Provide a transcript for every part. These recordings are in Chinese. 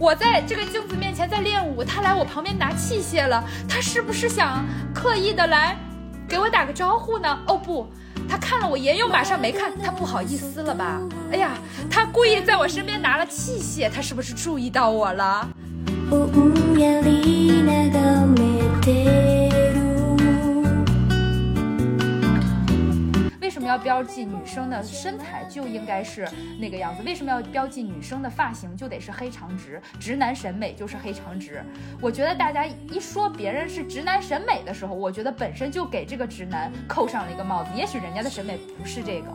我在这个镜子面前在练舞，他来我旁边拿器械了，他是不是想刻意的来给我打个招呼呢？哦不，他看了我一眼又马上没看，他不好意思了吧？哎呀，他故意在我身边拿了器械，他是不是注意到我了？为什么要标记女生的身材就应该是那个样子？为什么要标记女生的发型就得是黑长直？直男审美就是黑长直。我觉得大家一说别人是直男审美的时候，我觉得本身就给这个直男扣上了一个帽子，也许人家的审美不是这个。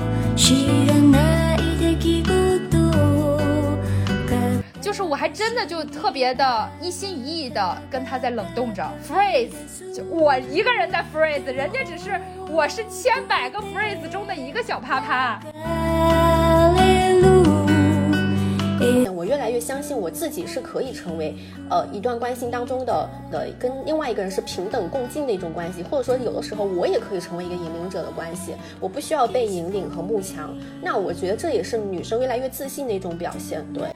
就是我还真的就特别的一心一意的跟他在冷冻着 phrase， 就我一个人在 phrase， 人家只是我是千百个 phrase 中的一个小啪啪。 我越来越相信我自己是可以成为一段关系当中的跟另外一个人是平等共进的一种关系，或者说有的时候我也可以成为一个引领者的关系，我不需要被引领和慕强。那我觉得这也是女生越来越自信的一种表现。对。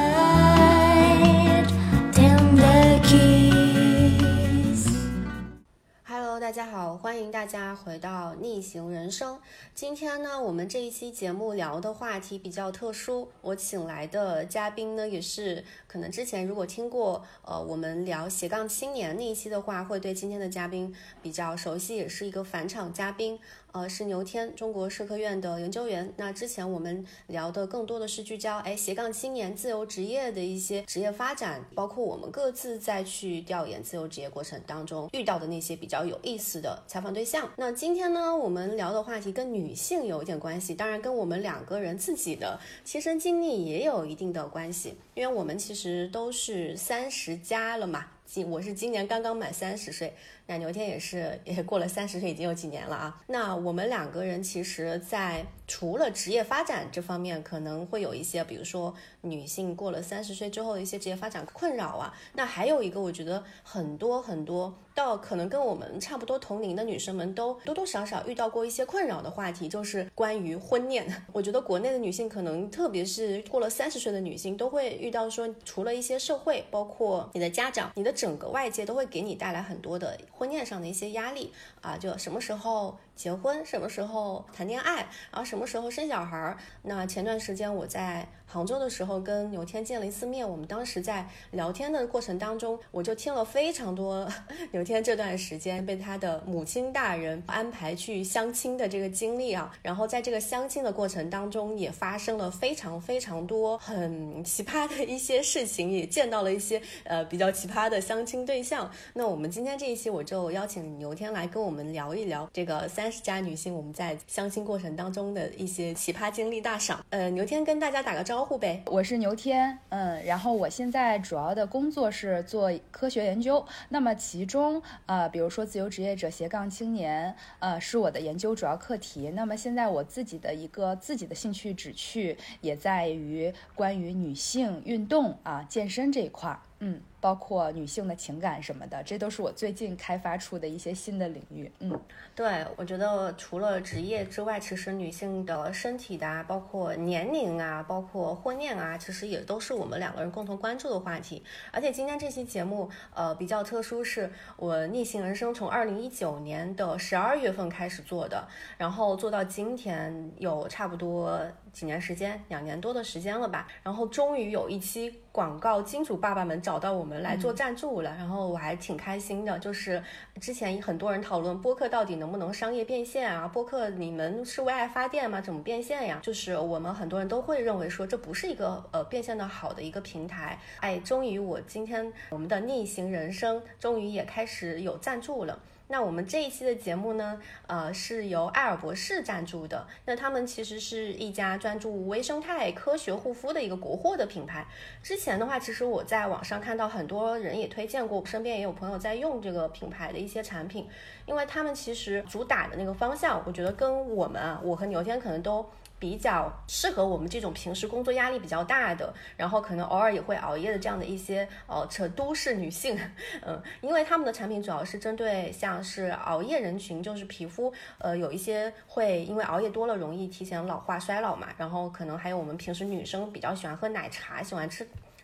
大家好，欢迎大家回到逆行人生。今天呢，我们这一期节目聊的话题比较特殊，我请来的嘉宾呢，也是可能之前如果听过我们聊斜杠青年那一期的话，会对今天的嘉宾比较熟悉，也是一个返场嘉宾。是牛天，中国社科院的研究员。那之前我们聊的更多的是聚焦斜杠青年自由职业的一些职业发展，包括我们各自在去调研自由职业过程当中遇到的那些比较有意思的采访对象。那今天呢，我们聊的话题跟女性有一点关系，当然跟我们两个人自己的亲身经历也有一定的关系，因为我们其实都是30加了嘛。我是今年刚刚满30岁，那牛天也过了30岁，已经有几年了啊。那我们两个人其实在除了职业发展这方面可能会有一些，比如说女性过了30岁之后的一些职业发展困扰啊，那还有一个我觉得很多到可能跟我们差不多同龄的女生们都多多少少遇到过一些困扰的话题，就是关于婚恋。我觉得国内的女性可能特别是过了30岁的女性都会遇到说，除了一些社会，包括你的家长，你的整个外界都会给你带来很多的婚恋上的一些压力啊，就什么时候结婚，什么时候谈恋爱，然后什么时候生小孩。那前段时间我在杭州的时候跟牛天见了一次面，我们当时在聊天的过程当中，我就听了非常多牛天这段时间被他的母亲大人安排去相亲的这个经历啊，然后在这个相亲的过程当中也发生了非常非常多很奇葩的一些事情，也见到了一些比较奇葩的相亲对象。那我们今天这一期我就邀请牛天来跟我们聊一聊这个30加女性我们在相亲过程当中的一些奇葩经历大赏。牛天跟大家打个招呼呗。 我是牛天，然后我现在主要的工作是做科学研究，那么其中比如说自由职业者、斜杠青年是我的研究主要课题。那么现在我自己的兴趣旨趣也在于关于女性运动健身这一块，包括女性的情感什么的，这都是我最近开发出的一些新的领域。 对，我觉得除了职业之外，其实女性的身体的包括年龄包括婚恋其实也都是我们两个人共同关注的话题。而且今天这期节目比较特殊，是我逆行人生从2019年的12月份开始做的，然后做到今天有差不多几年时间，2年多的时间了吧。然后终于有一期广告金主爸爸们找到我们来做赞助了，然后我还挺开心的。就是之前很多人讨论播客到底能不能商业变现播客你们是为爱发电吗？怎么变现呀？就是我们很多人都会认为说这不是一个变现的好的一个平台。终于今天我们的逆行人生终于也开始有赞助了。那我们这一期的节目呢，是由艾尔博士赞助的。那他们其实是一家专注微生态科学护肤的一个国货的品牌。之前的话，其实我在网上看到很多人也推荐过，身边也有朋友在用这个品牌的一些产品，因为他们其实主打的那个方向，我觉得跟我和牛天可能都比较适合我们这种平时工作压力比较大的，然后可能偶尔也会熬夜的这样的一些都市女性。因为他们的产品主要是针对像是熬夜人群，就是皮肤有一些会因为熬夜多了容易提前老化衰老嘛，然后可能还有我们平时女生比较喜欢喝奶茶，喜欢吃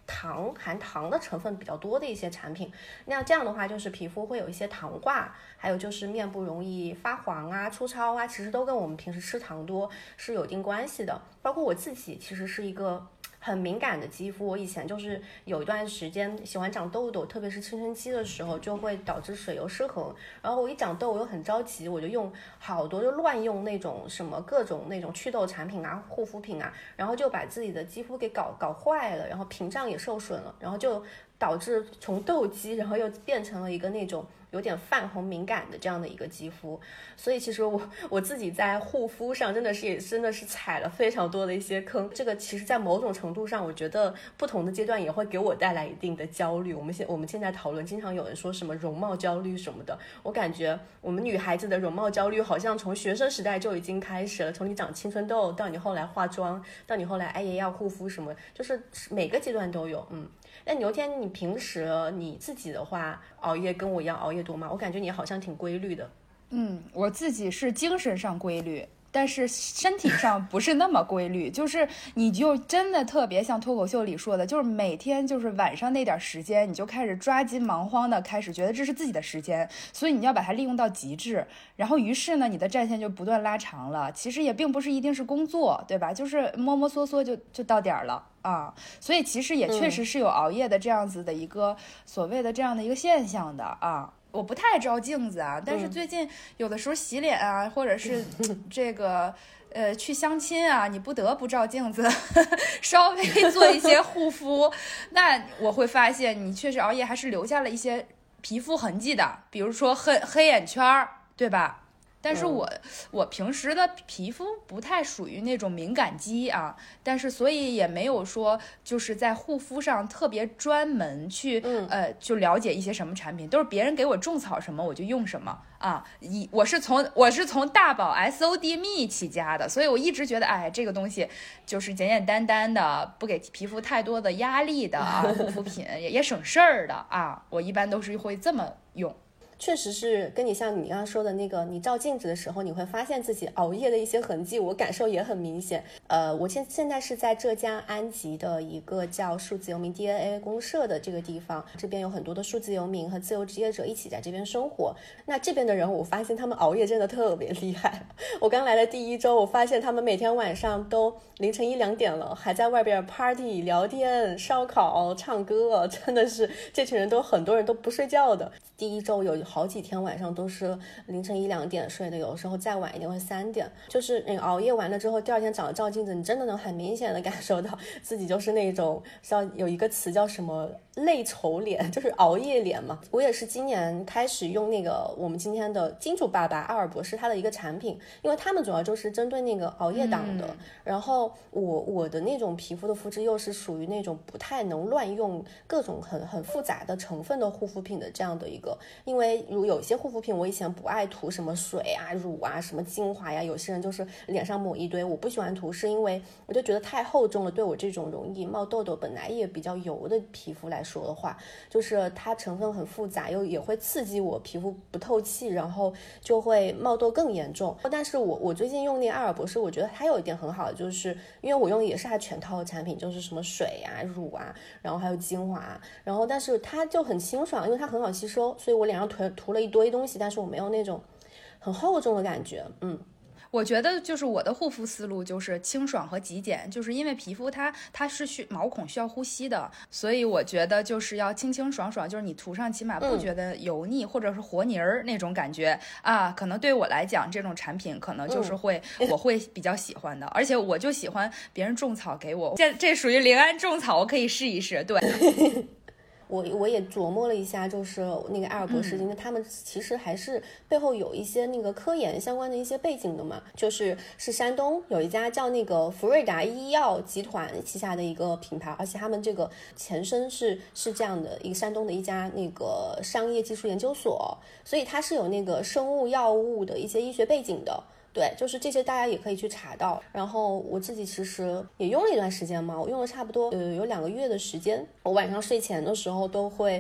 含糖的成分比较多的一些产品。那这样的话，就是皮肤会有一些糖化，还有就是面部容易发黄啊、粗糙啊，其实都跟我们平时吃糖多是有一定关系的。包括我自己其实是一个很敏感的肌肤，我以前就是有一段时间喜欢长痘痘，特别是青春期的时候，就会导致水油失衡。然后我一长痘，我又很着急，我就用好多，就乱用那种什么各种那种祛痘产品啊、护肤品啊，然后就把自己的肌肤给搞坏了，然后屏障也受损了，然后就导致从痘肌，然后又变成了一个那种有点泛红敏感的这样的一个肌肤。所以其实我自己在护肤上真的是踩了非常多的一些坑。这个其实在某种程度上，我觉得不同的阶段也会给我带来一定的焦虑。我们现在讨论，经常有人说什么容貌焦虑什么的，我感觉我们女孩子的容貌焦虑好像从学生时代就已经开始了，从你长青春痘到你后来化妆，到你后来也要护肤什么，就是每个阶段都有。那牛天，你平时你自己的话，熬夜跟我一样熬夜多吗？我感觉你好像挺规律的。 我自己是精神上规律，但是身体上不是那么规律。就是你就真的特别像脱口秀里说的，就是每天就是晚上那点时间，你就开始抓紧忙慌的开始觉得这是自己的时间，所以你要把它利用到极致。然后于是呢，你的战线就不断拉长了。其实也并不是一定是工作，对吧？就是摸摸索索就到点了啊。所以其实也确实是有熬夜的这样子的一个所谓的这样的一个现象的啊。我不太照镜子啊，但是最近有的时候洗脸啊，或者是这个去相亲啊，你不得不照镜子稍微做一些护肤，那我会发现你确实熬夜还是留下了一些皮肤痕迹的，比如说黑眼圈，对吧？但是我平时的皮肤不太属于那种敏感肌啊，但是所以也没有说就是在护肤上特别专门去就了解一些什么产品，都是别人给我种草什么我就用什么啊。我是从大宝 SOD 蜜起家的，所以我一直觉得这个东西就是简简单单的，不给皮肤太多的压力的啊，护肤品也省事儿的啊，我一般都是会这么用。 确实是跟你像你刚刚说的那个，你照镜子的时候，你会发现自己熬夜的一些痕迹，我感受也很明显。我现在是在浙江安吉的一个叫数字游民 DNA 公社的这个地方，这边有很多的数字游民和自由职业者一起在这边生活。那这边的人，我发现他们熬夜真的特别厉害。我刚来的第一周，我发现他们每天晚上都凌晨1、2点了，还在外边 party 聊天、烧烤、唱歌，真的是这群人很多人都不睡觉的。第一周有好几天晚上都是凌晨1、2点睡的，有时候再晚一点会3点。就是你熬夜完了之后，第二天早上照镜子，你真的能很明显的感受到自己就是那种，有一个词叫什么泪丑脸，就是熬夜脸嘛。我也是今年开始用那个我们今天的金主爸爸阿尔博士他的一个产品，因为他们主要就是针对那个熬夜党的。然后我的那种皮肤的肤质又是属于那种不太能乱用各种很复杂的成分的护肤品的这样的一个，因为有一些护肤品我以前不爱涂什么水啊、乳啊、什么精华呀，有些人就是脸上抹一堆，我不喜欢涂，是因为我就觉得太厚重了，对我这种容易冒痘痘、本来也比较油的皮肤来说的话，就是它成分很复杂，也会刺激我皮肤不透气，然后就会冒痘更严重。但是我最近用那阿尔博士，我觉得它有一点很好，就是因为我用的也是它全套的产品，就是什么水啊、乳啊，然后还有精华，然后但是它就很清爽，因为它很好吸收，所以我脸上涂了一堆东西，但是我没有那种很厚重的感觉。 我觉得就是我的护肤思路就是清爽和极简，就是因为皮肤它是毛孔需要呼吸的，所以我觉得就是要清清爽爽，就是你涂上起码不觉得油腻或者是和泥儿那种感觉啊。可能对我来讲，这种产品可能就是我会比较喜欢的，而且我就喜欢别人种草给我，这属于临安种草，我可以试一试。对。 我也琢磨了一下，就是那个阿尔博士，因为他们其实还是背后有一些那个科研相关的一些背景的嘛，是山东有一家叫那个福瑞达医药集团旗下的一个品牌，而且他们这个前身是这样的一个山东的一家那个商业技术研究所，所以它是有那个生物药物的一些医学背景的。对，就是这些大家也可以去查到。然后我自己其实也用了一段时间嘛，我用了差不多有2个月的时间，我晚上睡前的时候都会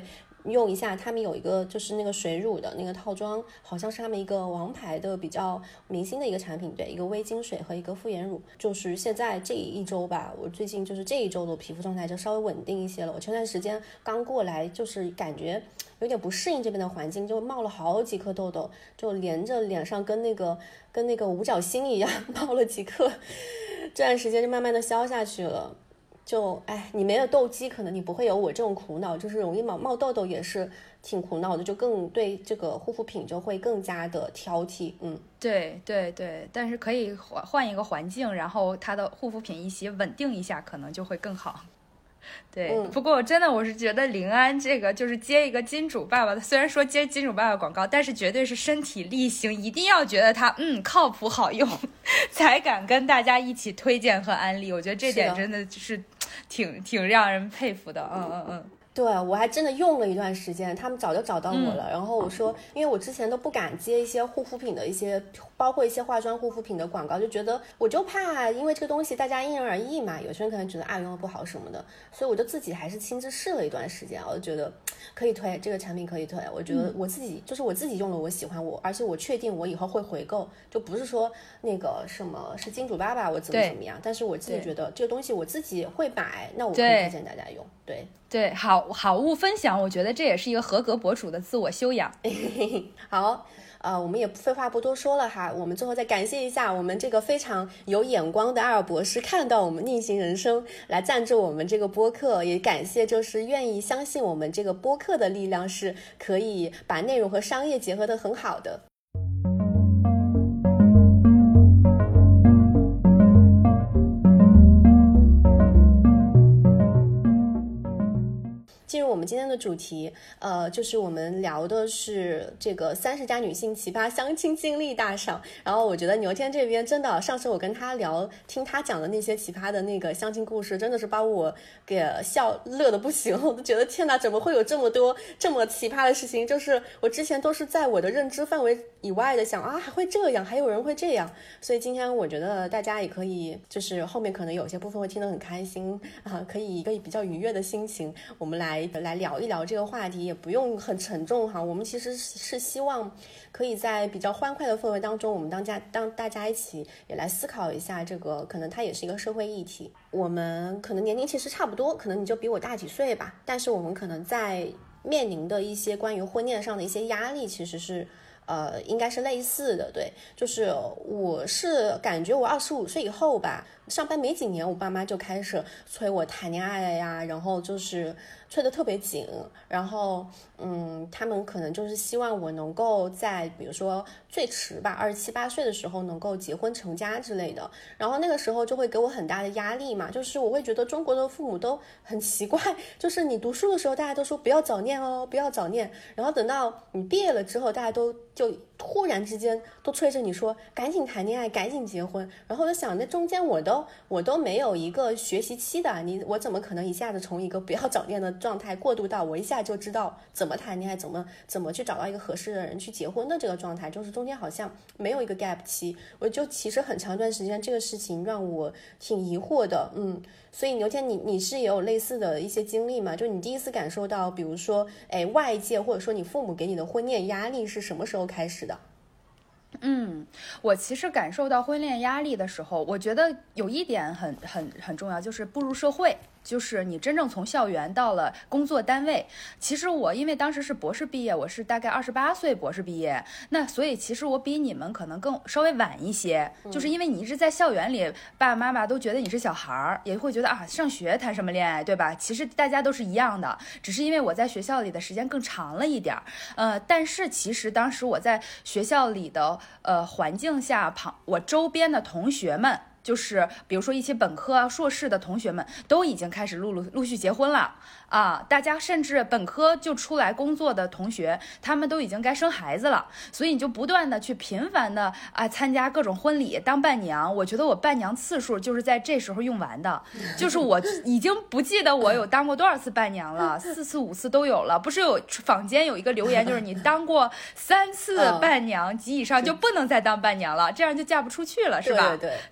用一下他们有一个就是那个水乳的那个套装，好像是他们一个王牌的比较明星的一个产品，对，一个微晶水和一个复颜乳。就是现在这一周吧，我最近就是这一周的皮肤状态就稍微稳定一些了。我前段时间刚过来，就是感觉有点不适应这边的环境，就冒了好几颗痘痘，就连着脸上跟那个五角星一样冒了几颗，这段时间就慢慢的消下去了。就你没有痘肌，可能你不会有我这种苦恼，就是容易冒痘痘也是挺苦恼的，就更对这个护肤品就会更加的挑剔。 对对对，但是可以换一个环境，然后它的护肤品一起稳定一下，可能就会更好。对，不过真的我是觉得灵安这个就是接一个金主爸爸的，虽然说接金主爸爸广告，但是绝对是身体力行，一定要觉得它靠谱好用才敢跟大家一起推荐和安利。我觉得这点真的是挺让人佩服的。 对，我还真的用了一段时间，他们早就找到我了。然后我说，因为我之前都不敢接一些护肤品的一些，包括一些化妆护肤品的广告，就觉得我就怕，因为这个东西大家因人而异嘛，有些人可能觉得用的不好什么的，所以我就自己还是亲自试了一段时间，我就觉得可以推这个产品可以推。我觉得我自己用了，我喜欢而且我确定我以后会回购，就不是说那个什么是金主爸爸我怎么样，但是我自己觉得这个东西我自己会买，那我可以推荐大家用。 对，好物分享，我觉得这也是一个合格博主的自我修养。 好，我们也废话不多说了哈，我们最后再感谢一下我们这个非常有眼光的阿尔博士，看到我们逆行人生来赞助我们这个播客，也感谢就是愿意相信我们这个播客的力量是可以把内容和商业结合得很好的。进入我们今天的主题，就是我们聊的是这个30家女性奇葩相亲经历大赏。然后我觉得牛天这边真的，上次我跟他聊，听他讲的那些奇葩的那个相亲故事，真的是把我给乐的不行。我都觉得天哪，怎么会有这么多这么奇葩的事情？就是我之前都是在我的认知范围以外的想还会这样，还有人会这样。所以今天我觉得大家也可以，就是后面可能有些部分会听得很开心可以一个比较愉悦的心情，我们来聊一聊这个话题，也不用很沉重哈。我们其实是希望可以在比较欢快的氛围当中，我们当大家一起也来思考一下这个，可能它也是一个社会议题。我们可能年龄其实差不多，可能你就比我大几岁吧，但是我们可能在面临的一些关于婚恋上的一些压力，其实是应该是类似的。对，就是我是感觉我25岁以后吧，上班没几年，我爸妈就开始催我谈恋爱呀，然后就是催得特别紧，然后他们可能就是希望我能够在比如说最迟吧27、28岁的时候能够结婚成家之类的，然后那个时候就会给我很大的压力嘛，就是我会觉得中国的父母都很奇怪，就是你读书的时候大家都说不要早恋哦，不要早恋，然后等到你毕业了之后，大家都就突然之间都催着你说赶紧谈恋爱，赶紧结婚，然后我就想那中间我都没有一个学习期的，我怎么可能一下子从一个不要早恋的状态过渡到我一下就知道怎么谈恋爱，怎么去找到一个合适的人去结婚的这个状态，就是中间好像没有一个 gap 期，我就其实很长一段时间这个事情让我挺疑惑的。所以牛天你是也有类似的一些经历吗？就你第一次感受到比如说外界或者说你父母给你的婚恋压力是什么时候开始的？ 我其实感受到婚恋压力的时候，我觉得有一点很重要，就是步入社会，就是你真正从校园到了工作单位。其实我因为当时是博士毕业，我是大概28岁博士毕业，那所以其实我比你们可能更稍微晚一些，就是因为你一直在校园里，爸爸妈妈都觉得你是小孩，也会觉得上学谈什么恋爱，对吧？其实大家都是一样的，只是因为我在学校里的时间更长了一点但是其实当时我在学校里的环境下，我周边的同学们，就是比如说一些本科硕士的同学们都已经开始陆续结婚了大家甚至本科就出来工作的同学，他们都已经该生孩子了，所以你就不断的去频繁的参加各种婚礼当伴娘。我觉得我伴娘次数就是在这时候用完的，就是我已经不记得我有当过多少次伴娘了，4次5次都有了。不是有坊间有一个留言，就是你当过3次伴娘及以上就不能再当伴娘了，这样就嫁不出去了，是吧？ 对，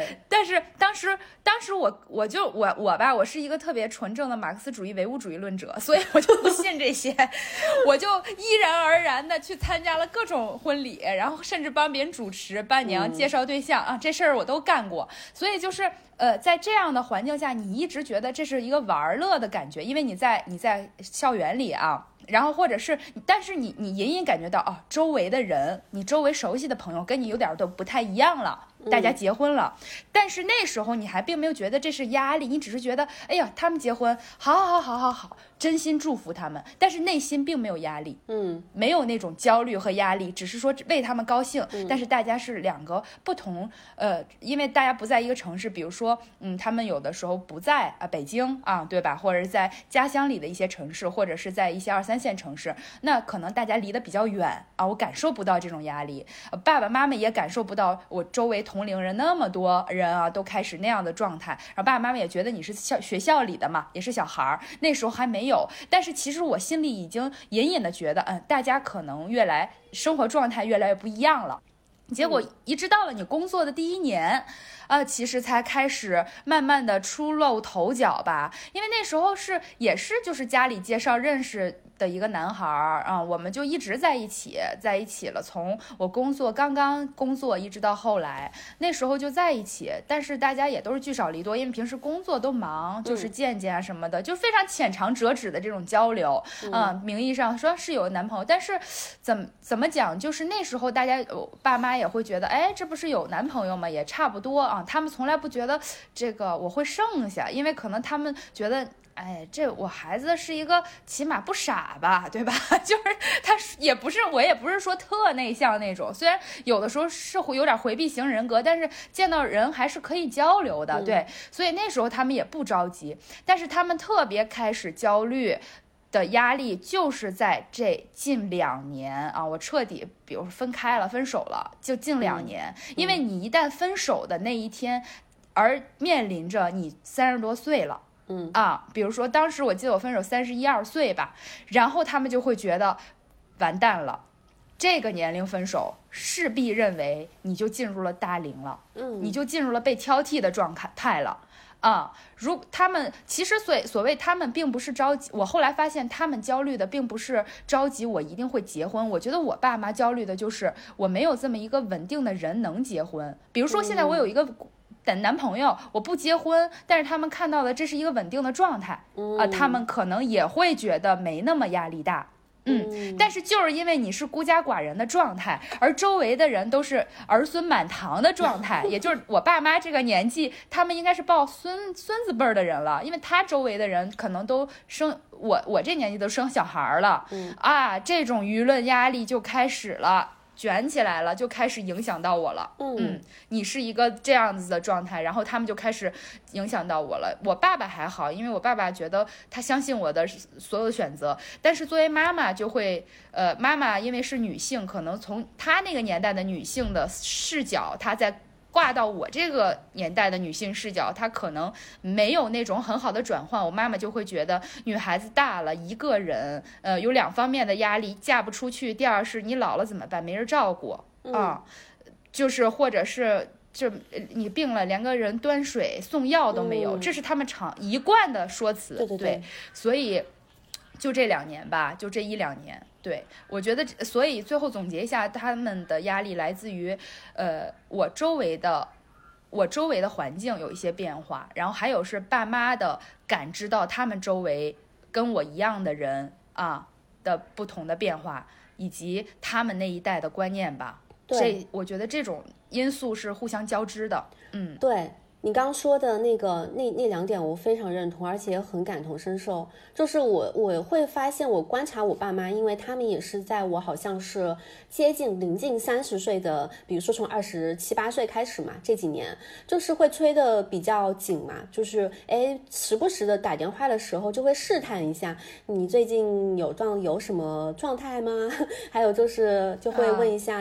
但是当时我吧，我是一个特别纯正的马克思主义唯物主义论者，所以我就不信这些，我就依然而然的去参加了各种婚礼，然后甚至帮别人主持、伴娘、介绍对象啊，这事儿我都干过。所以就是在这样的环境下，你一直觉得这是一个玩乐的感觉，因为你在校园里啊。然后或者是，但是你隐隐感觉到哦，周围的人，你周围熟悉的朋友跟你有点都不太一样了，大家结婚了，但是那时候你还并没有觉得这是压力，你只是觉得哎呀，他们结婚，好，真心祝福他们，但是内心并没有压力，没有那种焦虑和压力，只是说为他们高兴，但是大家是两个不同，因为大家不在一个城市，比如说，他们有的时候不在北京啊，对吧？或者是在家乡里的一些城市，或者是在一些2、3线城市，那可能大家离得比较远啊，我感受不到这种压力，爸爸妈妈也感受不到我周围同龄人那么多人啊，都开始那样的状态，然后爸爸妈妈也觉得你是学校里的嘛，也是小孩，那时候还没有，但是其实我心里已经隐隐的觉得，大家可能生活状态越来越不一样了。结果一直到了你工作的第1年，其实才开始慢慢的出露头角吧，因为那时候也是就是家里介绍认识的一个男孩啊，我们就一直在一起了，从我刚刚工作一直到后来，那时候就在一起，但是大家也都是聚少离多，因为平时工作都忙，就是见啊什么的，就非常浅尝辄止的这种交流，名义上说是有男朋友，但是怎么讲，就是那时候大家爸妈也会觉得，哎，这不是有男朋友吗？也差不多啊，他们从来不觉得这个我会剩下，因为可能他们觉得，哎，这我孩子是一个起码不傻吧，对吧？就是我也不是说特内向那种，虽然有的时候是会有点回避型人格，但是见到人还是可以交流的，对。所以那时候他们也不着急，但是他们特别开始焦虑的压力就是在这近2年啊，我彻底比如分开了分手了，就近2年，因为你一旦分手的那一天，而面临着你30多岁了。比如说当时我记得我分手31、2岁吧，然后他们就会觉得完蛋了，这个年龄分手势必认为你就进入了大龄了，你就进入了被挑剔的状态了。他们其实所谓他们并不是着急，我后来发现他们焦虑的并不是着急我一定会结婚，我觉得我爸妈焦虑的就是我没有这么一个稳定的人能结婚。比如说现在我有一个等男朋友，我不结婚，但是他们看到的这是一个稳定的状态，他们可能也会觉得没那么压力大。但是就是因为你是孤家寡人的状态，而周围的人都是儿孙满堂的状态，也就是我爸妈这个年纪，他们应该是抱孙子辈的人了，因为他周围的人可能都生我这年纪都生小孩了，这种舆论压力就开始了。卷起来了，就开始影响到我了。你是一个这样子的状态，然后他们就开始影响到我了。我爸爸还好，因为我爸爸觉得他相信我的所有的选择，但是作为妈妈就会，妈妈因为是女性，可能从她那个年代的女性的视角，她在挂到我这个年代的女性视角，她可能没有那种很好的转换。我妈妈就会觉得女孩子大了一个人，有2方面的压力，嫁不出去，第二是你老了怎么办，没人照顾就是或者是就你病了连个人端水送药都没有，这是他们一贯的说辞。对，所以就这2年吧，就这1、2年。对，我觉得，所以最后总结一下，他们的压力来自于，我周围的环境有一些变化，然后还有是爸妈的感知到他们周围跟我一样的人的不同的变化，以及他们那一代的观念吧。我觉得这种因素是互相交织的。 对。你刚刚说的那2点我非常认同，而且也很感同身受。就是我会发现，我观察我爸妈，因为他们也是在我好像是临近30岁的，比如说从27、8岁开始嘛，这几年就是会催的比较紧嘛，就是时不时的打电话的时候就会试探一下你最近有什么状态吗？还有就会问一下，咦，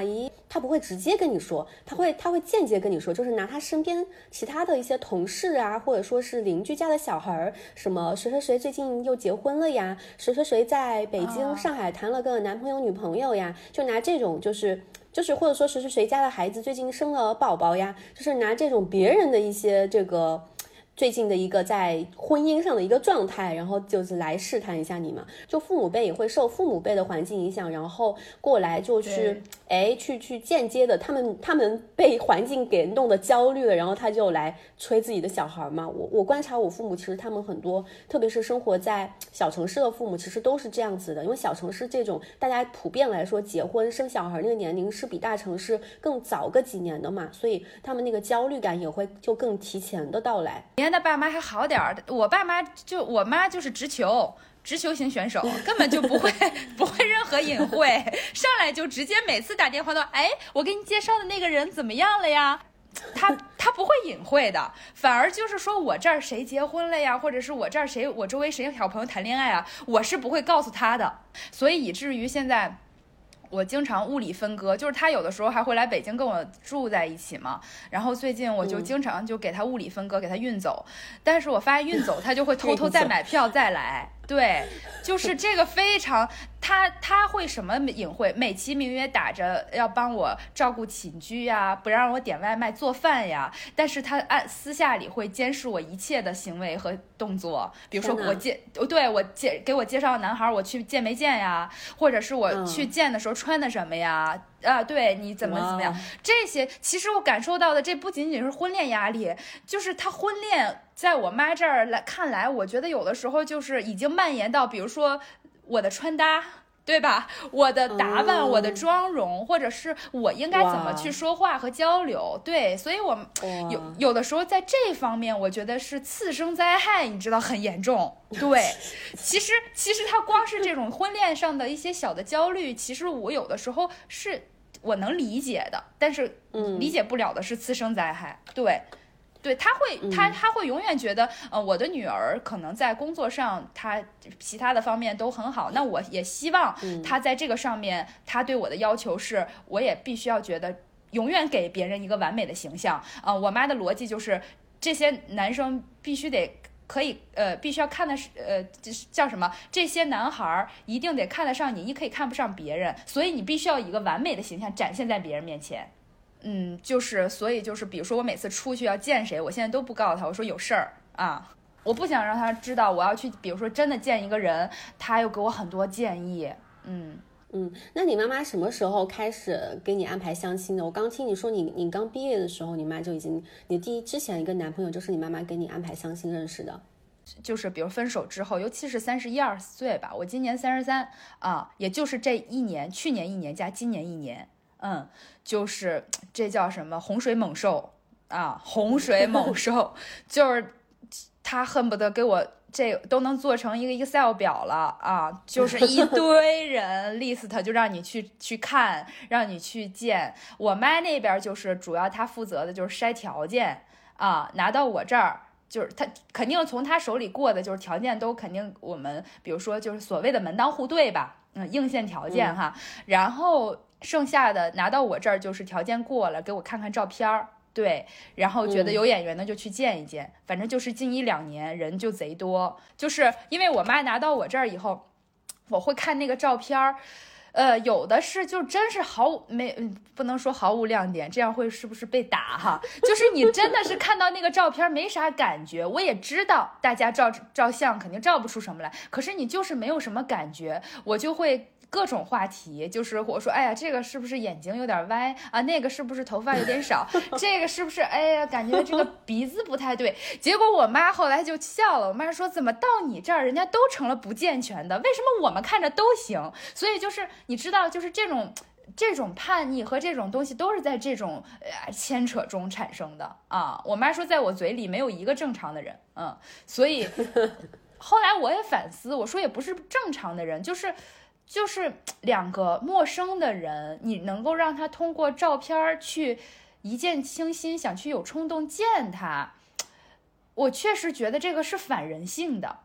他不会直接跟你说，他会间接跟你说，就是拿他身边其他的一些同事啊，或者说是邻居家的小孩，什么谁谁谁最近又结婚了呀，谁谁谁在北京、上海谈了个男朋友女朋友呀，就拿这种就是或者说谁谁谁家的孩子最近生了宝宝呀，就是拿这种别人的一些这个最近的一个在婚姻上的一个状态，然后就是来试探一下你嘛。就父母辈也会受父母辈的环境影响，然后过来就是去间接的，他们被环境给弄得焦虑了，然后他就来催自己的小孩嘛。我观察我父母，其实他们很多，特别是生活在小城市的父母，其实都是这样子的。因为小城市这种大家普遍来说结婚生小孩那个年龄是比大城市更早个几年的嘛，所以他们那个焦虑感也会就更提前的到来。 别人的爸妈还好点儿，我妈就是直球型选手，根本就不会任何隐晦，上来就直接每次打电话都我给你介绍的那个人怎么样了呀？他不会隐晦的，反而就是说我这儿谁结婚了呀，或者是我这儿我周围谁小朋友谈恋爱啊，我是不会告诉他的，所以以至于现在我经常物理分割，就是他有的时候还会来北京跟我住在一起嘛，然后最近我就经常就给他物理分割，给他运走，但是我发现运走他就会偷偷再买票再来，对，就是这个非常他会什么隐晦，美其名曰打着要帮我照顾起居呀，不让我点外卖做饭呀，但是他私下里会监视我一切的行为和动作，比如说我给我介绍的男孩我去见没见呀，或者是我去见的时候穿的什么呀，对你怎么样，这些其实我感受到的这不仅仅是婚恋压力，就是他婚恋在我妈这儿看来，我觉得有的时候就是已经蔓延到比如说我的穿搭，对吧？我的打扮，我的妆容，或者是我应该怎么去说话和交流，对，所以我有的时候在这方面，我觉得是次生灾害，你知道很严重。对，其实他光是这种婚恋上的一些小的焦虑，其实我有的时候是我能理解的，但是理解不了的是次生灾害。对，他会永远觉得，我的女儿可能在工作上，她其他的方面都很好，那我也希望她在这个上面，她对我的要求是，我也必须要觉得永远给别人一个完美的形象。我妈的逻辑就是，这些男生必须得必须要看的是叫什么？这些男孩一定得看得上你，你可以看不上别人，所以你必须要以一个完美的形象展现在别人面前。所以比如说我每次出去要见谁，我现在都不告诉他，我说有事儿啊，我不想让他知道我要去，比如说真的见一个人，他又给我很多建议。 那你妈妈什么时候开始给你安排相亲的？我刚听你说你刚毕业的时候，你妈就已经，你之前一个男朋友就是你妈妈给你安排相亲认识的。 就是比如分手之后，尤其是31、22岁吧，我今年33啊，也就是这一年，去年1年加今年1年。就是这叫什么洪水猛兽啊，洪水猛兽，就是他恨不得给我这都能做成一个 Excel 表了啊，就是一堆人 list 就让你去看，让你去见。我妈那边就是主要她负责的就是筛条件啊，拿到我这儿就是他肯定从他手里过的就是条件都肯定我们比如说就是所谓的门当户对吧，硬性条件哈，然后剩下的拿到我这儿就是条件过了，给我看看照片，对，然后觉得有眼缘的就去见一见，反正就是近1、2年人就贼多，就是因为我妈拿到我这儿以后，我会看那个照片，有的是就真是不能说毫无亮点，这样会是不是被打哈？就是你真的是看到那个照片没啥感觉，我也知道大家照相肯定照不出什么来，可是你就是没有什么感觉，我就会各种话题，就是我说，哎呀，这个是不是眼睛有点歪啊？那个是不是头发有点少？这个是不是哎呀，感觉这个鼻子不太对？结果我妈后来就笑了，我妈说，怎么到你这儿人家都成了不健全的，为什么我们看着都行？所以就是你知道，就是这种叛逆和这种东西都是在这种牵扯中产生的啊。我妈说，在我嘴里没有一个正常的人，所以后来我也反思，我说也不是正常的人，就是2个陌生的人，你能够让他通过照片去一见倾心，想去有冲动见他，我确实觉得这个是反人性的。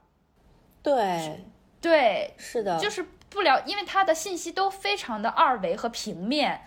对，是的， 就是因为他的信息都非常的二维和平面，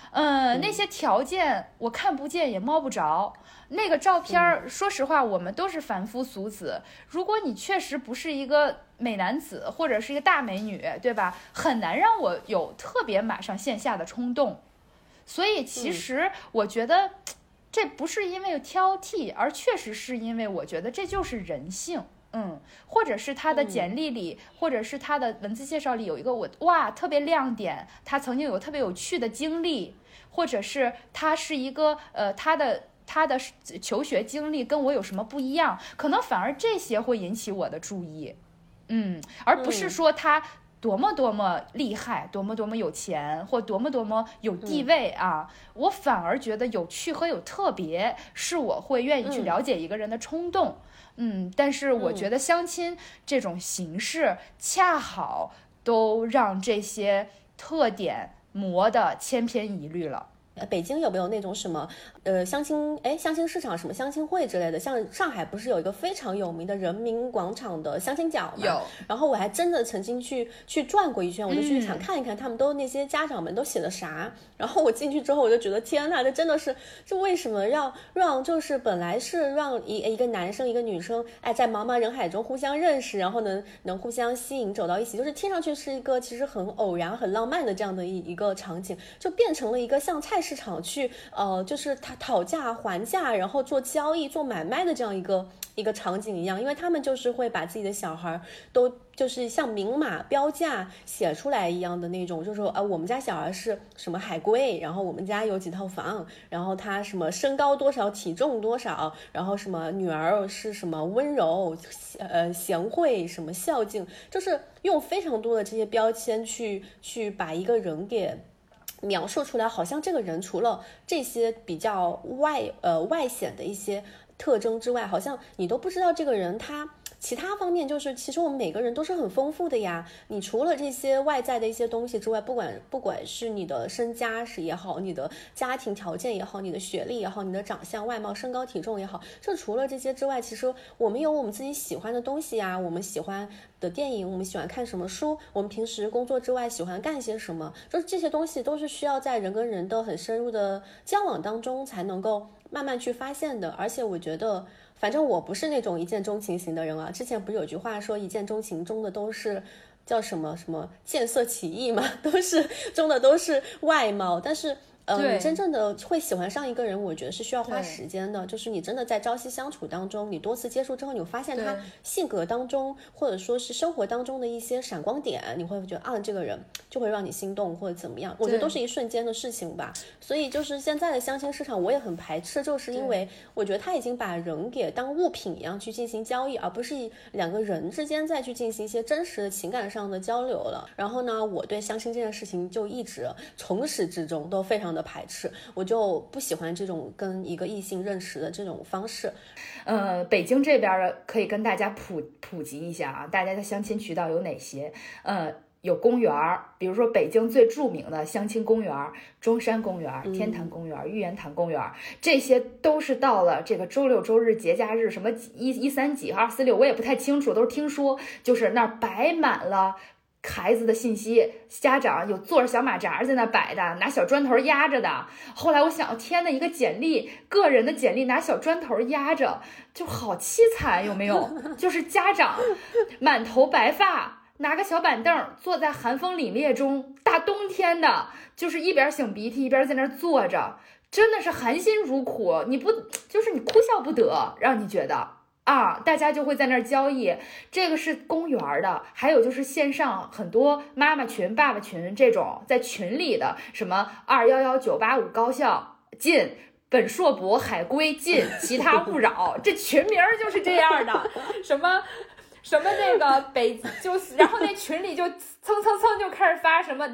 那些条件我看不见也摸不着。那个照片说实话我们都是凡夫俗子，如果你确实不是一个美男子或者是一个大美女，对吧，很难让我有特别马上线下的冲动。所以其实我觉得这不是因为挑剔，而确实是因为我觉得这就是人性。或者是他的简历里，或者是他的文字介绍里有一个哇特别亮点，他曾经有特别有趣的经历，或者是他是一个他的求学经历跟我有什么不一样，可能反而这些会引起我的注意。而不是说他多么多么厉害，多么多么有钱，或多么多么有地位啊，我反而觉得有趣和有特别是我会愿意去了解一个人的冲动。但是我觉得相亲这种形式恰好都让这些特点磨得千篇一律了。 北京有没有那种什么相亲市场，什么相亲会之类的？像上海不是有一个非常有名的人民广场的相亲角吗？ 有。 然后我还真的曾经去转过一圈，我就去想看一看他们都那些家长们都写的啥。然后我进去之后我就觉得天哪，这真的是，这为什么要让就是本来是让一个男生一个女生在茫茫人海中互相认识，然后能互相吸引走到一起，就是听上去是一个其实很偶然很浪漫的这样的一个场景，就变成了一个像菜市场去就是他讨价还价，然后做交易做买卖的这样一个场景一样。因为他们就是会把自己的小孩都就是像明码标价写出来一样的那种，就是说我们家小孩是什么海归，然后我们家有几套房，然后他什么身高多少体重多少，然后什么女儿是什么温柔贤惠什么孝敬，就是用非常多的这些标签去把一个人给描述出来，好像这个人除了这些比较外显的一些特征之外，好像你都不知道这个人他其他方面，就是其实我们每个人都是很丰富的呀。你除了这些外在的一些东西之外，不管是你的身家也好，你的家庭条件也好，你的学历也好，你的长相外貌身高体重也好，就除了这些之外，其实我们有我们自己喜欢的东西呀，我们喜欢的电影，我们喜欢看什么书，我们平时工作之外喜欢干些什么，就是这些东西都是需要在人跟人的很深入的交往当中才能够慢慢去发现的。而且我觉得反正我不是那种一见钟情型的人啊，之前不是有句话说一见钟情中的都是叫什么见色起意嘛，中的都是外貌，但是你真正的会喜欢上一个人，我觉得是需要花时间的。就是你真的在朝夕相处当中，你多次接触之后，你会发现他性格当中或者说是生活当中的一些闪光点，你会觉得这个人就会让你心动或者怎么样，我觉得都是一瞬间的事情吧。所以就是现在的相亲市场我也很排斥，就是因为我觉得他已经把人给当物品一样去进行交易，而不是两个人之间再去进行一些真实的情感上的交流了。然后呢，我对相亲这件事情就一直从始至终都非常的排斥，我就不喜欢这种跟一个异性认识的这种方式。 北京这边可以跟大家普及一下啊，大家的相亲渠道有哪些？有公园，比如说北京最著名的相亲公园，中山公园、天坛公园、玉渊潭公园，这些都是到了这个周六周日节假日，什么13几和246我也不太清楚，都是听说，就是那儿摆满了孩子的信息，家长有坐着小马扎在那摆的，拿小砖头压着的。后来我想，天呐，一个简历，个人的简历拿小砖头压着，就好凄惨，有没有？就是家长满头白发，拿个小板凳坐在寒风凛冽中，大冬天的，就是一边擤鼻涕一边在那坐着，真的是含辛茹苦，你哭笑不得，让你觉得大家就会在那儿交易。这个是公园的，还有就是线上很多妈妈群、爸爸群这种，在群里的什么211、985高校进，本硕博海归进，其他勿扰，这群名就是这样的，什么那个就是然后那群里就蹭就开始发什么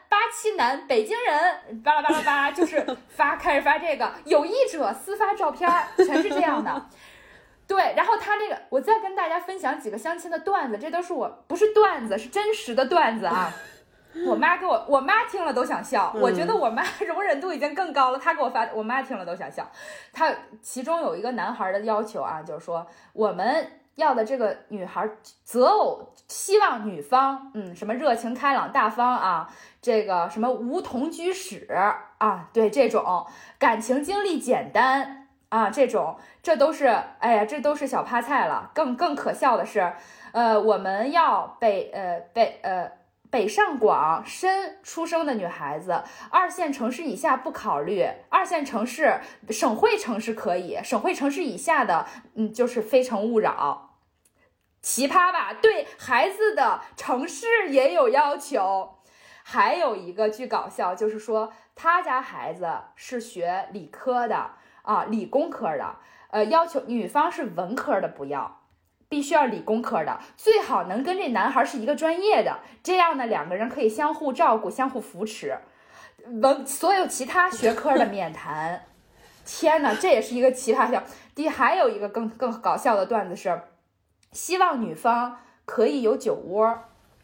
87男北京人巴拉巴拉巴拉，就是开始发这个有意者私发照片，全是这样的。对，然后他这个，我再跟大家分享几个相亲的段子，这都是不是段子，是真实的段子啊。我妈听了都想笑，我觉得我妈容忍度已经更高了，她给我发，我妈听了都想笑。她其中有一个男孩的要求啊，就是说我们要的这个女孩择偶希望女方什么热情开朗大方啊，这个什么无同居史啊，对，这种感情经历简单啊，这都是这都是小趴菜了。更可笑的是我们要北上广深出生的女孩子，2线城市以下不考虑，2线城市省会城市可以，省会城市以下的就是非诚勿扰。奇葩吧？对孩子的城市也有要求。还有一个巨搞笑，就是说他家孩子是学理科的啊，理工科的，要求女方是文科的不要，必须要理工科的，最好能跟这男孩是一个专业的，这样呢2个人可以相互照顾、相互扶持。所有其他学科的免谈。天哪，这也是一个奇葩项。还有一个更搞笑的段子是，希望女方可以有酒窝。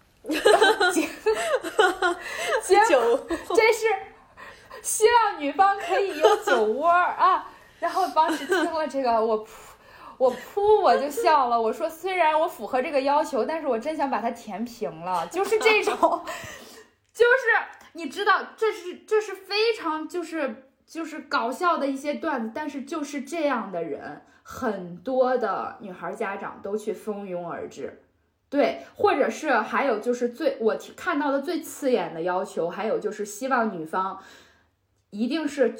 这是希望女方可以有酒窝啊。然后当时听了这个，我就笑了。我说虽然我符合这个要求，但是我真想把它填平了。就是这种，就是你知道，这是非常就是搞笑的一些段子，但是就是这样的人，很多的女孩家长都去蜂拥而至。对，或者是还有就是我看到的最刺眼的要求，还有就是希望女方一定是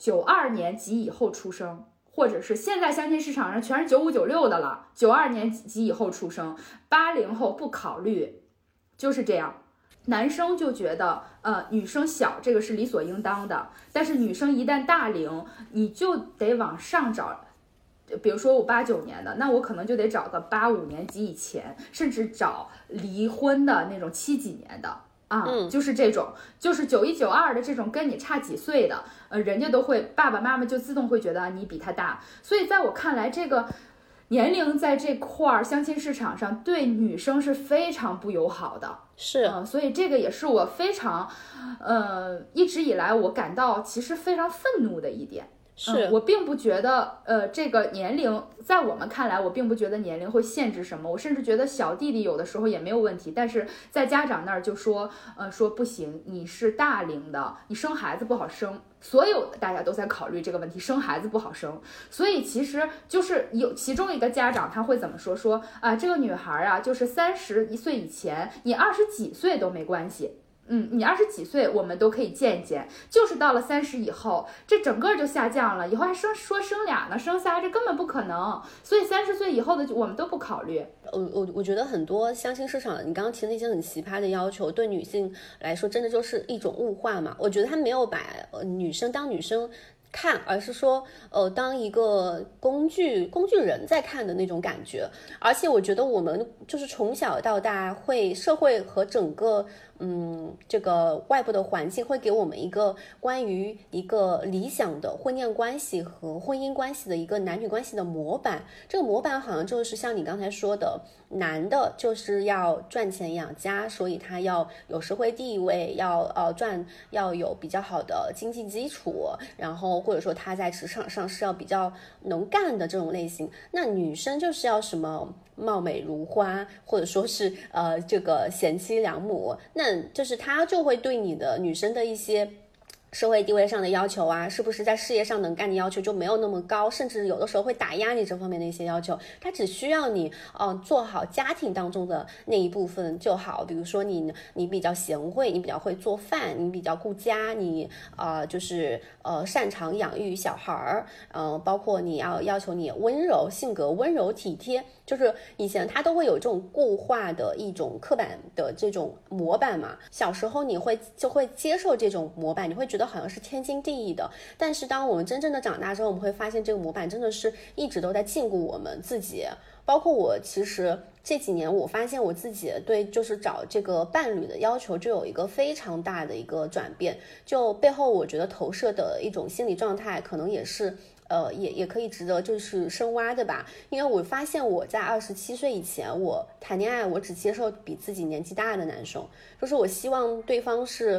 92年及以后出生，或者是现在相亲市场上全是95、96的了，92年及以后出生，80后不考虑，就是这样。男生就觉得女生小这个是理所应当的，但是女生一旦大龄，你就得往上找。比如说我89年的，那我可能就得找个85年及以前，甚至找离婚的那种70几年的啊，就是这种，就是91、92的这种跟你差几岁的，人家都会爸爸妈妈就自动会觉得你比他大。所以在我看来，这个年龄在这块相亲市场上对女生是非常不友好的。 是， 所以这个也是我非常一直以来我感到其实非常愤怒的一点。 是， 我并不觉得这个年龄在我们看来，我并不觉得年龄会限制什么，我甚至觉得小弟弟有的时候也没有问题，但是在家长那儿就说不行，你是大龄的，你生孩子不好生，所有的大家都在考虑这个问题，生孩子不好生。所以其实就是有其中一个家长他会怎么说这个女孩啊，就是31岁以前，你20几岁都没关系。你20几岁我们都可以见一见，就是到了30以后，这整个就下降了，以后还生俩呢，生仨，这根本不可能。所以30岁以后的我们都不考虑。 我觉得很多相亲市场，你刚刚提的那些很奇葩的要求，对女性来说真的就是一种物化嘛。我觉得他没有把女生当女生看，而是说当一个工具人在看的那种感觉。而且我觉得我们就是从小到大社会和整个这个外部的环境会给我们一个关于一个理想的婚恋关系和婚姻关系的一个男女关系的模板。这个模板好像就是像你刚才说的，男的就是要赚钱养家，所以他要有社会地位，要有比较好的经济基础，然后或者说他在职场上是要比较能干的这种类型。那女生就是要什么貌美如花，或者说是这个贤妻良母，那就是他就会对你的女生的一些社会地位上的要求啊，是不是在事业上能干的要求就没有那么高，甚至有的时候会打压你这方面的一些要求。他只需要你做好家庭当中的那一部分就好，比如说你比较贤惠，你比较会做饭，你比较顾家，你就是擅长养育小孩儿，包括你要求你温柔，性格温柔体贴。就是以前他都会有这种固化的一种刻板的这种模板嘛，小时候就会接受这种模板，你会觉得好像是天经地义的。但是当我们真正的长大之后，我们会发现这个模板真的是一直都在禁锢我们自己。包括我其实这几年我发现我自己对就是找这个伴侣的要求就有一个非常大的一个转变，就背后我觉得投射的一种心理状态可能也是也可以值得就是深挖的吧。因为我发现我在27岁以前，我谈恋爱我只接受比自己年纪大的男生，就是我希望对方是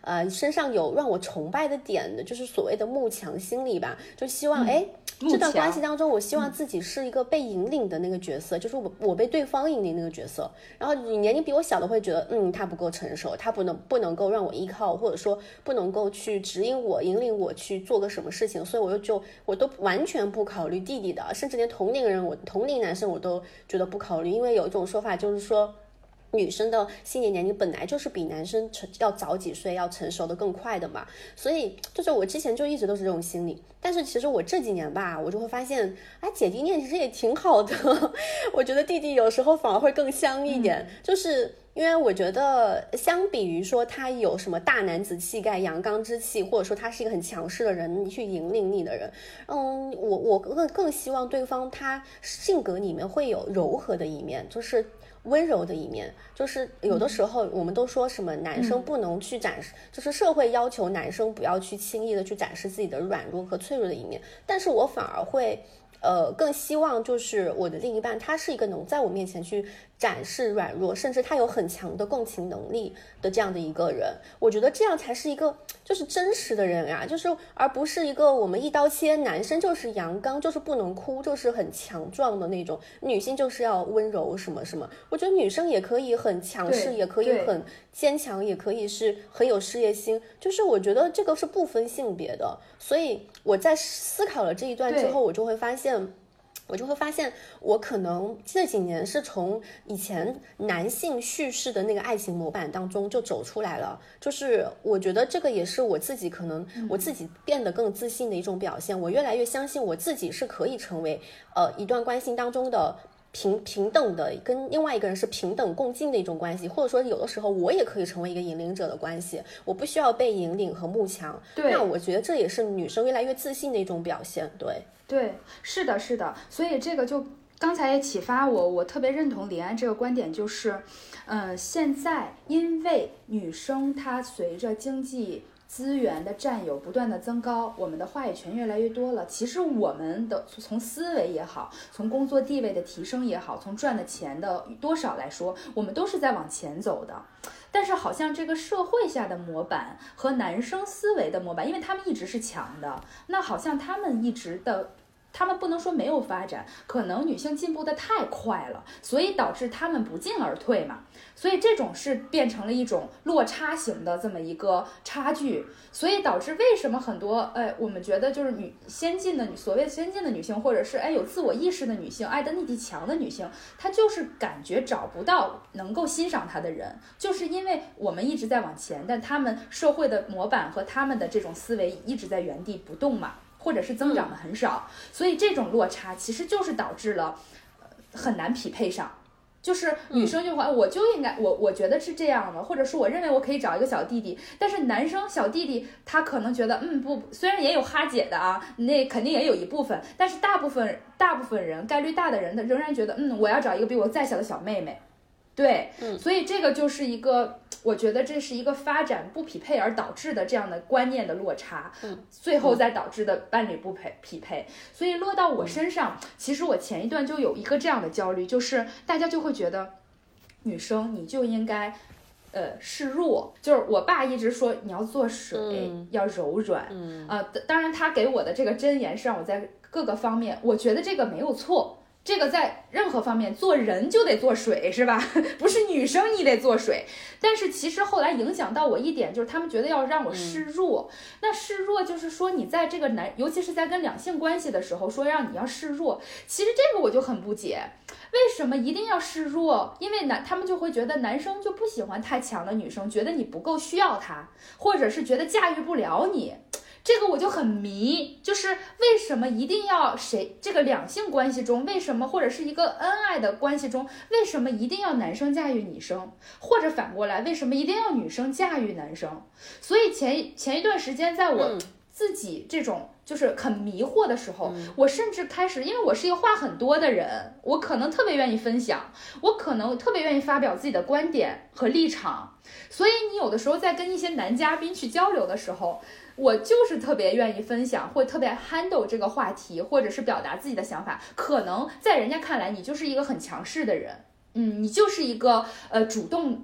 身上有让我崇拜的点的，就是所谓的慕强心理吧，就希望这段关系当中，我希望自己是一个被引领的那个角色，就是我被对方引领那个角色。然后你年龄比我小的会觉得，他不够成熟，他不能够让我依靠，或者说不能够去指引我、引领我去做个什么事情，所以我都完全不考虑弟弟的，甚至连同龄男生我都觉得不考虑，因为有一种说法就是说，女生的心理年龄本来就是比男生要早几岁，要成熟的更快的嘛，所以就是我之前就一直都是这种心理。但是其实我这几年吧，我就会发现，姐弟恋其实也挺好的。我觉得弟弟有时候反而会更香一点，就是因为我觉得相比于说他有什么大男子气概、阳刚之气，或者说他是一个很强势的人去引领你的人，我更希望对方他性格里面会有柔和的一面，就是温柔的一面。就是有的时候我们都说什么男生不能去展示，就是社会要求男生不要去轻易的去展示自己的软弱和脆弱的一面，但是我反而会更希望就是我的另一半他是一个能在我面前去展示软弱，甚至他有很强的共情能力的这样的一个人。我觉得这样才是一个就是真实的人啊，就是而不是一个我们一刀切，男生就是阳刚，就是不能哭，就是很强壮的那种，女性就是要温柔什么什么。我觉得女生也可以很强势，也可以很坚强，也可以是很有事业心，就是我觉得这个是不分性别的。所以我在思考了这一段之后，我就会发现我可能这几年是从以前男性叙事的那个爱情模板当中就走出来了，就是我觉得这个也是我自己可能我自己变得更自信的一种表现。我越来越相信我自己是可以成为一段关系当中的平等的，跟另外一个人是平等共进的一种关系，或者说有的时候我也可以成为一个引领者的关系，我不需要被引领和慕强。那我觉得这也是女生越来越自信的一种表现。 对，是的，所以这个就刚才也启发我特别认同李安这个观点，就是现在因为女生她随着经济资源的占有不断的增高，我们的话语权越来越多了。其实我们的从思维也好，从工作地位的提升也好，从赚的钱的多少来说，我们都是在往前走的。但是好像这个社会下的模板和男生思维的模板，因为他们一直是强的，那好像他们不能说没有发展，可能女性进步的太快了，所以导致他们不进而退嘛。所以这种是变成了一种落差型的这么一个差距，所以导致为什么很多我们觉得就是所谓先进的女性，或者是有自我意识的女性，爱的内力强的女性，她就是感觉找不到能够欣赏她的人，就是因为我们一直在往前，但他们社会的模板和他们的这种思维一直在原地不动嘛，或者是增长的很少，所以这种落差其实就是导致了很难匹配上。就是女生就我就应该我觉得是这样的，或者说我认为我可以找一个小弟弟，但是男生小弟弟他可能觉得不，虽然也有哈姐的啊，那肯定也有一部分，但是大部分人概率大的人仍然觉得我要找一个比我再小的小妹妹。对，所以这个就是一个，我觉得这是一个发展不匹配而导致的这样的观念的落差，最后再导致的伴侣不匹配。所以落到我身上，其实我前一段就有一个这样的焦虑，就是大家就会觉得女生你就应该示弱，就是我爸一直说你要做水，要柔软，当然他给我的这个箴言是让我在各个方面，我觉得这个没有错。这个在任何方面做人就得做水，是吧？不是女生你得做水。但是其实后来影响到我一点，就是他们觉得要让我示弱。那示弱就是说你在这个尤其是在跟两性关系的时候，说让你要示弱。其实这个我就很不解，为什么一定要示弱？因为他们就会觉得男生就不喜欢太强的女生，觉得你不够需要他，或者是觉得驾驭不了你。这个我就很迷，就是为什么一定要这个两性关系中，为什么或者是一个恩爱的关系中，为什么一定要男生驾驭女生，或者反过来为什么一定要女生驾驭男生？所以前一段时间在我自己这种就是很迷惑的时候，我甚至开始，因为我是一个话很多的人，我可能特别愿意分享，我可能特别愿意发表自己的观点和立场，所以你有的时候在跟一些男嘉宾去交流的时候，我就是特别愿意分享，或特别 handle 这个话题，或者是表达自己的想法。可能在人家看来，你就是一个很强势的人，你就是一个主动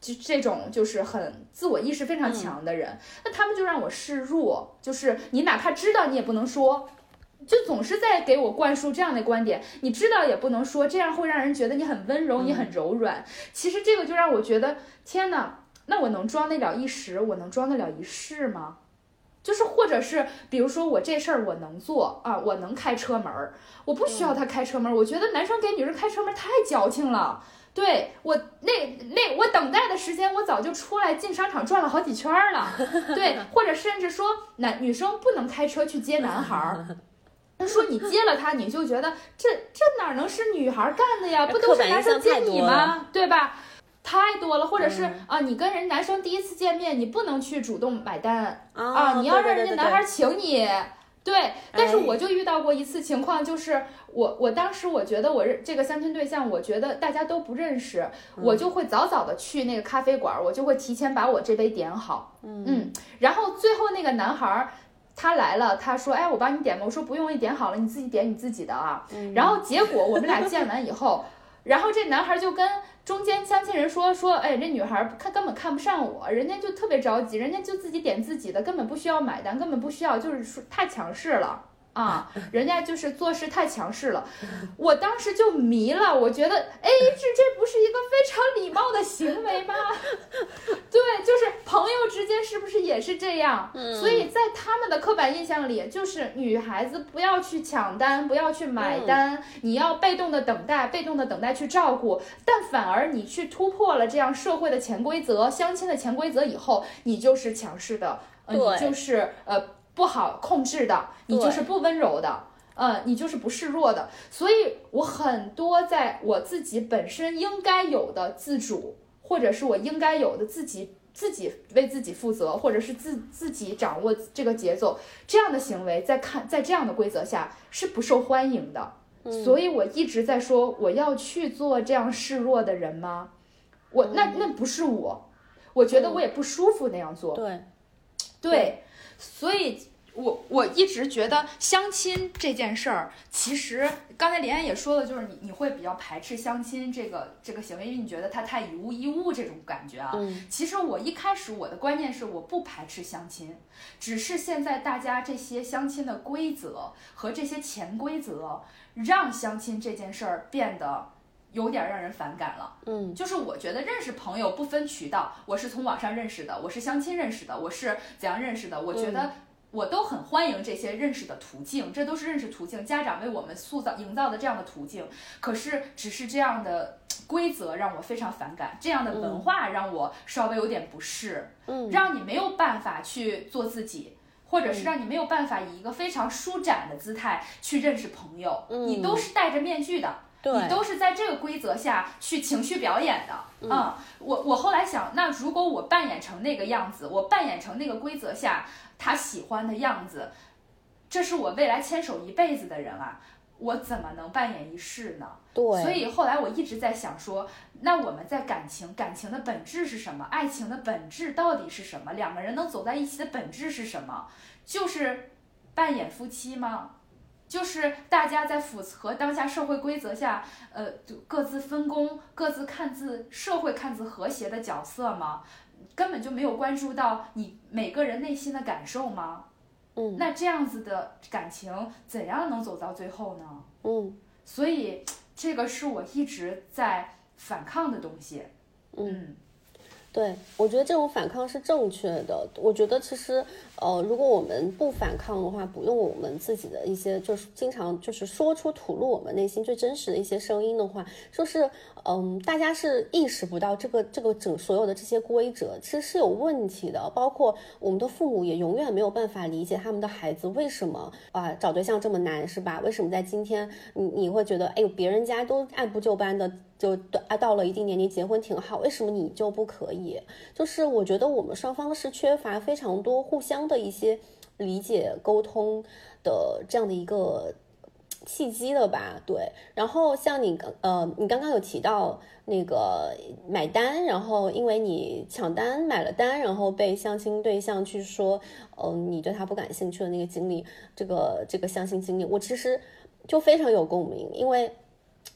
就这种就是很自我意识非常强的人，那他们就让我示弱，就是你哪怕知道你也不能说，就总是在给我灌输这样的观点，你知道也不能说，这样会让人觉得你很温柔，你很柔软。其实这个就让我觉得，天哪，那我能装得了一时，我能装得了一世吗？就是或者是比如说我这事儿我能做啊，我能开车门，我不需要他开车门，我觉得男生给女人开车门太矫情了。对我我等待的时间，我早就出来进商场转了好几圈了。对，或者甚至说女生不能开车去接男孩。他说你接了他，你就觉得这哪能是女孩干的呀？不都是男生接你吗？对吧？太多了，或者是你跟人男生第一次见面，你不能去主动买单你要让人家男孩请你。对，但是我就遇到过一次情况，就是我当时我觉得我这个相亲对象，我觉得大家都不认识，我就会早早的去那个咖啡馆，我就会提前把我这杯点好，然后最后那个男孩他来了，他说，哎，我帮你点吧，我说不用，你点好了，你自己点你自己的啊。然后结果我们俩见完以后，然后这男孩就跟中间相亲人说，哎，这女孩根本看不上我，人家就特别着急，人家就自己点自己的，根本不需要买单，根本不需要，就是说太强势了啊，人家就是做事太强势了。我当时就迷了，我觉得，哎，这不是一个非常礼貌的行为吗？对，就是朋友之间是不是也是这样？所以在他们的刻板印象里，就是女孩子不要去抢单，不要去买单，你要被动的等待，被动的等待去照顾。但反而你去突破了这样社会的潜规则，相亲的潜规则以后，你就是强势的，你就是不好控制的，你就是不温柔的。你就是不示弱的。所以我很多在我自己本身应该有的自主，或者是我应该有的自己为自己负责，或者是自己掌握这个节奏，这样的行为在这样的规则下是不受欢迎的。所以我一直在说，我要去做这样示弱的人吗？那不是我觉得我也不舒服那样做。对，所以我一直觉得相亲这件事儿，其实刚才林安也说了，就是你会比较排斥相亲这个行为，因为你觉得它太以物易物这种感觉啊。其实我一开始我的观念是我不排斥相亲，只是现在大家这些相亲的规则和这些潜规则，让相亲这件事儿变得有点让人反感了。就是我觉得认识朋友不分渠道，我是从网上认识的，我是相亲认识的，我是怎样认识的，我觉得我都很欢迎这些认识的途径，这都是认识途径，家长为我们营造的这样的途径。可是只是这样的规则让我非常反感，这样的文化让我稍微有点不适，让你没有办法去做自己，或者是让你没有办法以一个非常舒展的姿态去认识朋友，你都是戴着面具的，你都是在这个规则下去情绪表演的。我后来想，那如果我扮演成那个样子，我扮演成那个规则下他喜欢的样子，这是我未来牵手一辈子的人啊，我怎么能扮演一世呢？所以后来我一直在想说，那我们在感情的本质是什么？爱情的本质到底是什么？两个人能走在一起的本质是什么？就是扮演夫妻吗？就是大家在符合当下社会规则下，各自分工，各自社会看似和谐的角色吗？根本就没有关注到你每个人内心的感受吗？那这样子的感情怎样能走到最后呢？所以这个是我一直在反抗的东西。 对，我觉得这种反抗是正确的。我觉得其实如果我们不反抗的话，不用我们自己的一些就是经常就是说出吐露我们内心最真实的一些声音的话，就是大家是意识不到这个所有的这些规则其实是有问题的。包括我们的父母也永远没有办法理解他们的孩子为什么找对象这么难，是吧？为什么在今天你会觉得哎呦别人家都按部就班的就到了一定年龄结婚挺好，为什么你就不可以？就是我觉得我们双方是缺乏非常多互相的一些理解沟通的这样的一个契机的吧。对，然后像你刚刚有提到那个买单，然后因为你抢单买了单，然后被相亲对象去说你对他不感兴趣的那个经历，这个相亲经历，我其实就非常有共鸣。因为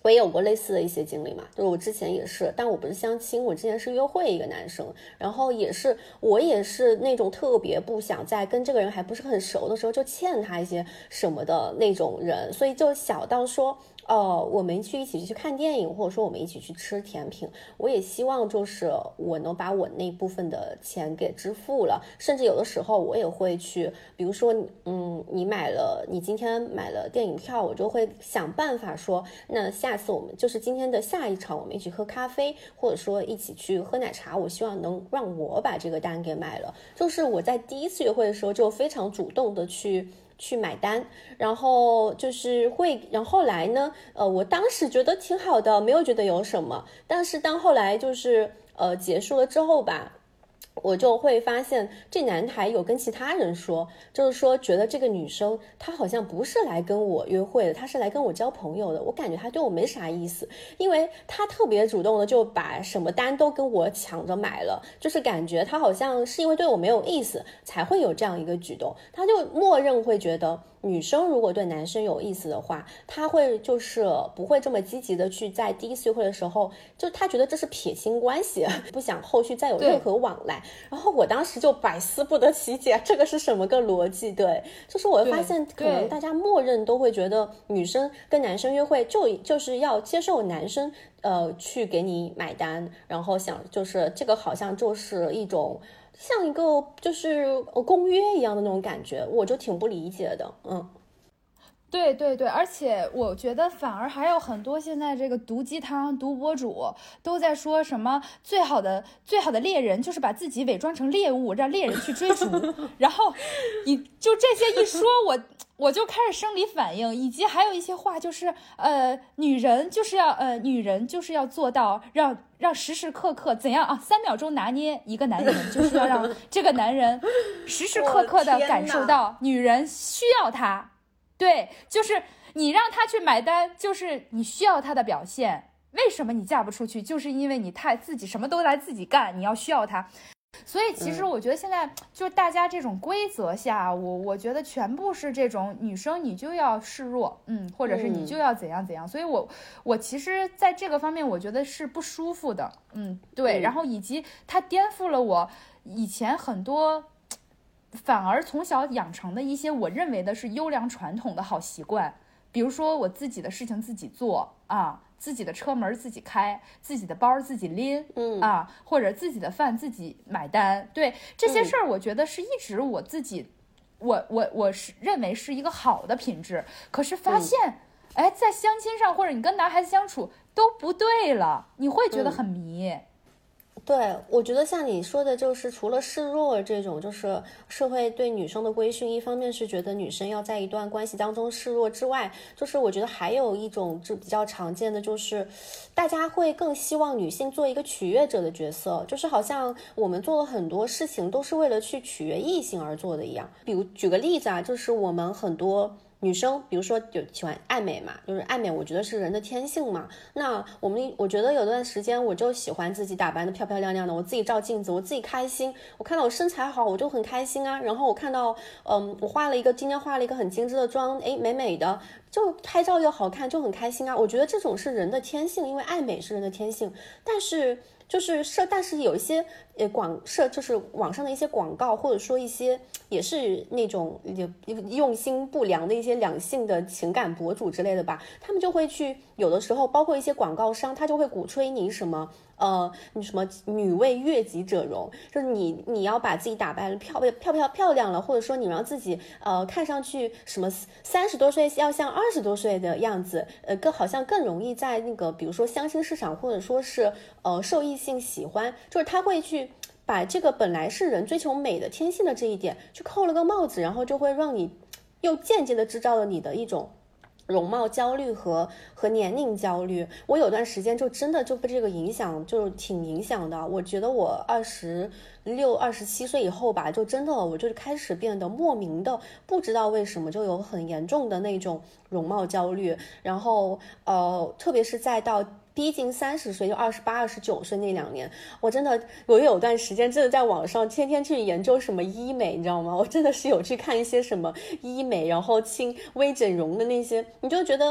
我也有过类似的一些经历嘛，就是我之前也是，但我不是相亲，我之前是约会一个男生，然后我也是那种特别不想在跟这个人还不是很熟的时候就欠他一些什么的那种人，所以就小到说我们一起去看电影，或者说我们一起去吃甜品，我也希望就是我能把我那部分的钱给支付了，甚至有的时候我也会去，比如说你今天买了电影票，我就会想办法说，那下次我们就是今天的下一场我们一起喝咖啡，或者说一起去喝奶茶，我希望能让我把这个单给买了。就是我在第一次约会的时候就非常主动的去买单，然后然后后来呢，我当时觉得挺好的，没有觉得有什么，但是当后来结束了之后吧，我就会发现这男孩有跟其他人说，就是说觉得这个女生她好像不是来跟我约会的，她是来跟我交朋友的，我感觉她对我没啥意思，因为她特别主动的就把什么单都跟我抢着买了，就是感觉她好像是因为对我没有意思才会有这样一个举动，她就默认会觉得女生如果对男生有意思的话，她会就是不会这么积极的去在第一次约会的时候，就她觉得这是撇清关系，不想后续再有任何往来。然后我当时就百思不得其解，这个是什么个逻辑？对，就是我发现可能大家默认都会觉得女生跟男生约会就是要接受男生去给你买单，然后就是这个好像就是一种像一个就是公约一样的那种感觉，我就挺不理解的。 对对对，而且我觉得反而还有很多现在这个毒鸡汤、毒博主都在说什么最好的猎人就是把自己伪装成猎物，让猎人去追逐。然后你就这些一说，我就开始生理反应，以及还有一些话就是女人就是要做到让时时刻刻怎样啊，3秒钟拿捏一个男人，就是要让这个男人时时刻刻的感受到女人需要他。对，就是你让他去买单，就是你需要他的表现。为什么你嫁不出去？就是因为你自己什么都来自己干，你要需要他。所以其实我觉得现在就大家这种规则下，我觉得全部是这种女生你就要示弱，或者是你就要怎样怎样。所以我其实在这个方面我觉得是不舒服的，对。然后以及它颠覆了我以前很多反而从小养成的一些我认为的是优良传统的好习惯，比如说我自己的事情自己做啊，自己的车门自己开，自己的包自己拎，或者自己的饭自己买单。对，这些事儿我觉得是一直我自己我是认为是一个好的品质，可是发现在相亲上或者你跟男孩子相处都不对了，你会觉得很迷。 对，我觉得像你说的，就是除了示弱这种，就是社会对女生的规训，一方面是觉得女生要在一段关系当中示弱之外，就是我觉得还有一种就比较常见的，就是大家会更希望女性做一个取悦者的角色，就是好像我们做了很多事情都是为了去取悦异性而做的一样。比如举个例子啊，就是我们很多女生比如说有喜欢爱美嘛，就是爱美我觉得是人的天性嘛，那我觉得有段时间我就喜欢自己打扮的漂漂亮亮的，我自己照镜子我自己开心，我看到我身材好我就很开心啊，然后我看到我今天化了一个很精致的妆，美美的，就拍照又好看就很开心啊，我觉得这种是人的天性，因为爱美是人的天性，但是有一些就是网上的一些广告，或者说一些也是那种用心不良的一些两性的情感博主之类的吧，他们就会去有的时候包括一些广告商，他就会鼓吹你什么你什么女为悦己者容，就是你要把自己打扮漂亮了，或者说你让自己看上去什么30多岁要像20多岁的样子，好像更容易在那个比如说相亲市场或者说是受异性喜欢，就是他会去把这个本来是人追求美的天性的这一点去扣了个帽子，然后就会让你又间接的制造了你的一种容貌焦虑和年龄焦虑。我有段时间就真的就被这个影响，就挺影响的。我觉得我26、27岁以后吧，就真的我就开始变得莫名的不知道为什么就有很严重的那种容貌焦虑，然后特别是再到逼近30岁，就28、29岁那2年，我有段时间真的在网上天天去研究什么医美，你知道吗？我真的是有去看一些什么医美，然后微整容的那些，你就觉得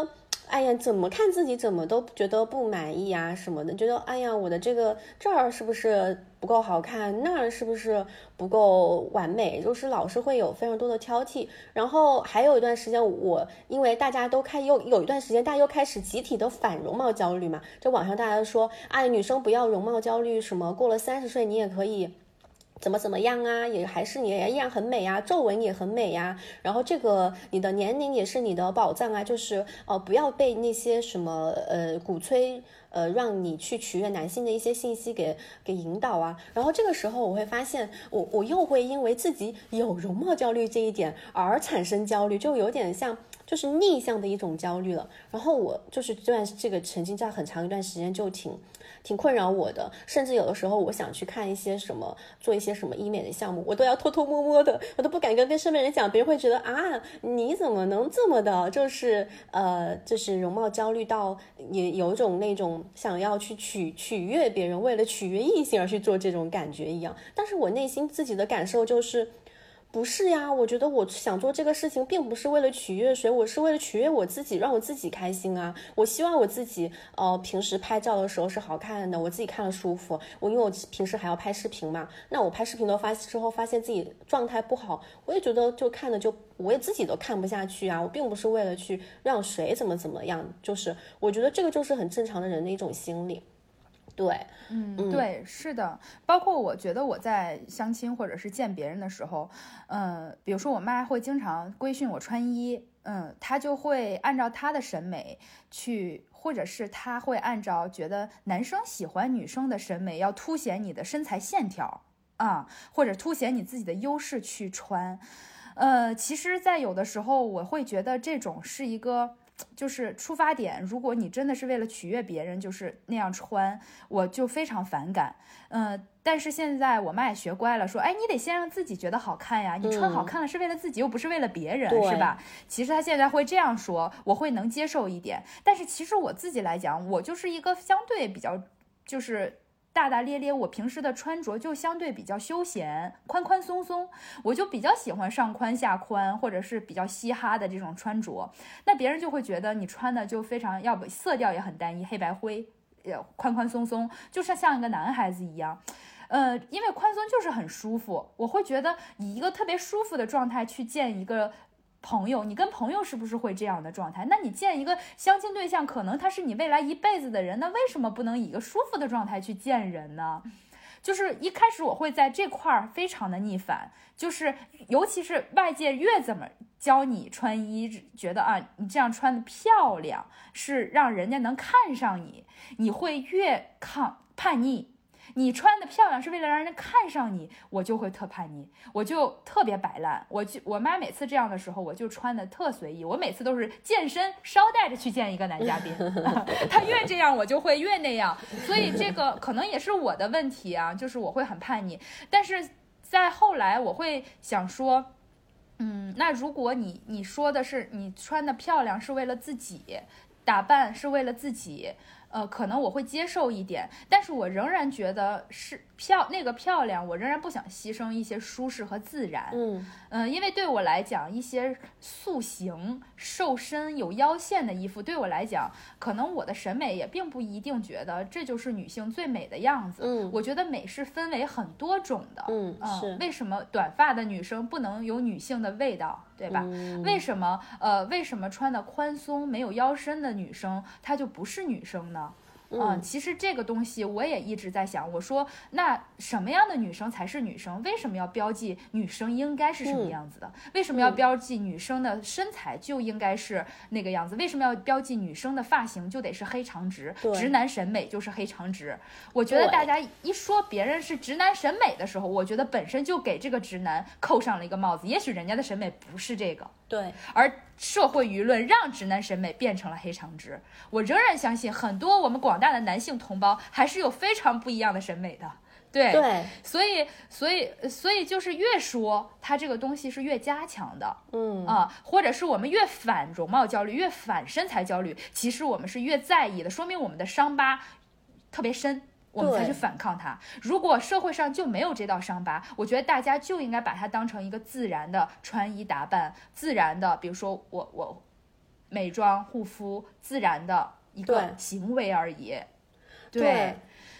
哎呀，怎么看自己怎么都觉得不满意啊什么的，觉得哎呀，我的这儿是不是不够好看，那儿是不是不够完美，就是老是会有非常多的挑剔。然后还有一段时间，因为大家都有一段时间，大家又开始集体的反容貌焦虑嘛，就网上大家说，哎，女生不要容貌焦虑，什么过了30岁你也可以怎么样啊，也还是你也一样很美啊，皱纹也很美呀，然后这个你的年龄也是你的宝藏啊，就是不要被那些什么鼓吹让你去取悦男性的一些信息给引导啊。然后这个时候我会发现我又会因为自己有容貌焦虑这一点而产生焦虑，就有点像就是逆向的一种焦虑了。然后我就是这个曾经在很长一段时间就挺困扰我的，甚至有的时候我想去看一些什么做一些什么医美的项目，我都要偷偷摸摸的，我都不敢跟身边人讲，别人会觉得啊你怎么能这么的就是容貌焦虑到也有一种那种想要去取悦别人，为了取悦异性而去做这种感觉一样。但是我内心自己的感受就是不是呀，我觉得我想做这个事情并不是为了取悦谁，我是为了取悦我自己，让我自己开心啊。我希望我自己平时拍照的时候是好看的，我自己看了舒服。因为我平时还要拍视频嘛，那我拍视频之后发现自己状态不好，我也觉得就看的就我也自己都看不下去啊。我并不是为了去让谁怎么样，就是我觉得这个就是很正常的人的一种心理。对， 对，是的，包括我觉得我在相亲或者是见别人的时候，比如说我妈会经常规训我穿衣，她就会按照她的审美去，或者是她会按照觉得男生喜欢女生的审美，要凸显你的身材线条啊，或者凸显你自己的优势去穿，其实，在有的时候我会觉得这种是一个。就是出发点，如果你真的是为了取悦别人，就是那样穿，我就非常反感。但是现在我妈也学乖了，说，哎，你得先让自己觉得好看呀，你穿好看了是为了自己，又不是为了别人，是吧？其实她现在会这样说，我会能接受一点。但是其实我自己来讲，我就是一个相对比较就是大大咧咧，我平时的穿着就相对比较休闲，宽宽松松，我就比较喜欢上宽下宽，或者是比较嘻哈的这种穿着。那别人就会觉得你穿的就非常，要不色调也很单一，黑白灰，宽宽松松，就是像一个男孩子一样。因为宽松就是很舒服，我会觉得以一个特别舒服的状态去见一个朋友，你跟朋友是不是会这样的状态？那你见一个相亲对象，可能他是你未来一辈子的人，那为什么不能以一个舒服的状态去见人呢？就是一开始我会在这块儿非常的逆反，就是尤其是外界越怎么教你穿衣，觉得啊你这样穿的漂亮是让人家能看上你，你会越叛逆。你穿的漂亮是为了让人看上你，我就会特叛逆，我就特别摆烂。我妈每次这样的时候，我就穿的特随意。我每次都是健身捎带着去见一个男嘉宾，他越这样我就会越那样。所以这个可能也是我的问题啊，就是我会很叛逆。但是在后来我会想说，那如果你说的是你穿的漂亮是为了自己，打扮是为了自己。可能我会接受一点，但是我仍然觉得是那个漂亮，我仍然不想牺牲一些舒适和自然。因为对我来讲，一些塑形、瘦身、有腰线的衣服，对我来讲，可能我的审美也并不一定觉得这就是女性最美的样子。我觉得美是分为很多种的。 是为什么短发的女生不能有女性的味道？对吧？为什么穿的宽松没有腰身的女生她就不是女生呢？其实这个东西我也一直在想，我说那什么样的女生才是女生？为什么要标记女生应该是什么样子的？为什么要标记女生的身材就应该是那个样子？为什么要标记女生的发型就得是黑长直？直男审美就是黑长直。我觉得大家一说别人是直男审美的时候，我觉得本身就给这个直男扣上了一个帽子，也许人家的审美不是这个。 对， 而社会舆论让直男审美变成了黑长直，我仍然相信很多我们广大的男性同胞还是有非常不一样的审美的。对，所以就是越说它这个东西是越加强的，或者是我们越反容貌焦虑，越反身材焦虑，其实我们是越在意的，说明我们的伤疤特别深。我们才去反抗它。如果社会上就没有这道伤疤，我觉得大家就应该把它当成一个自然的穿衣打扮，自然的，比如说我美妆护肤自然的一个行为而已。对，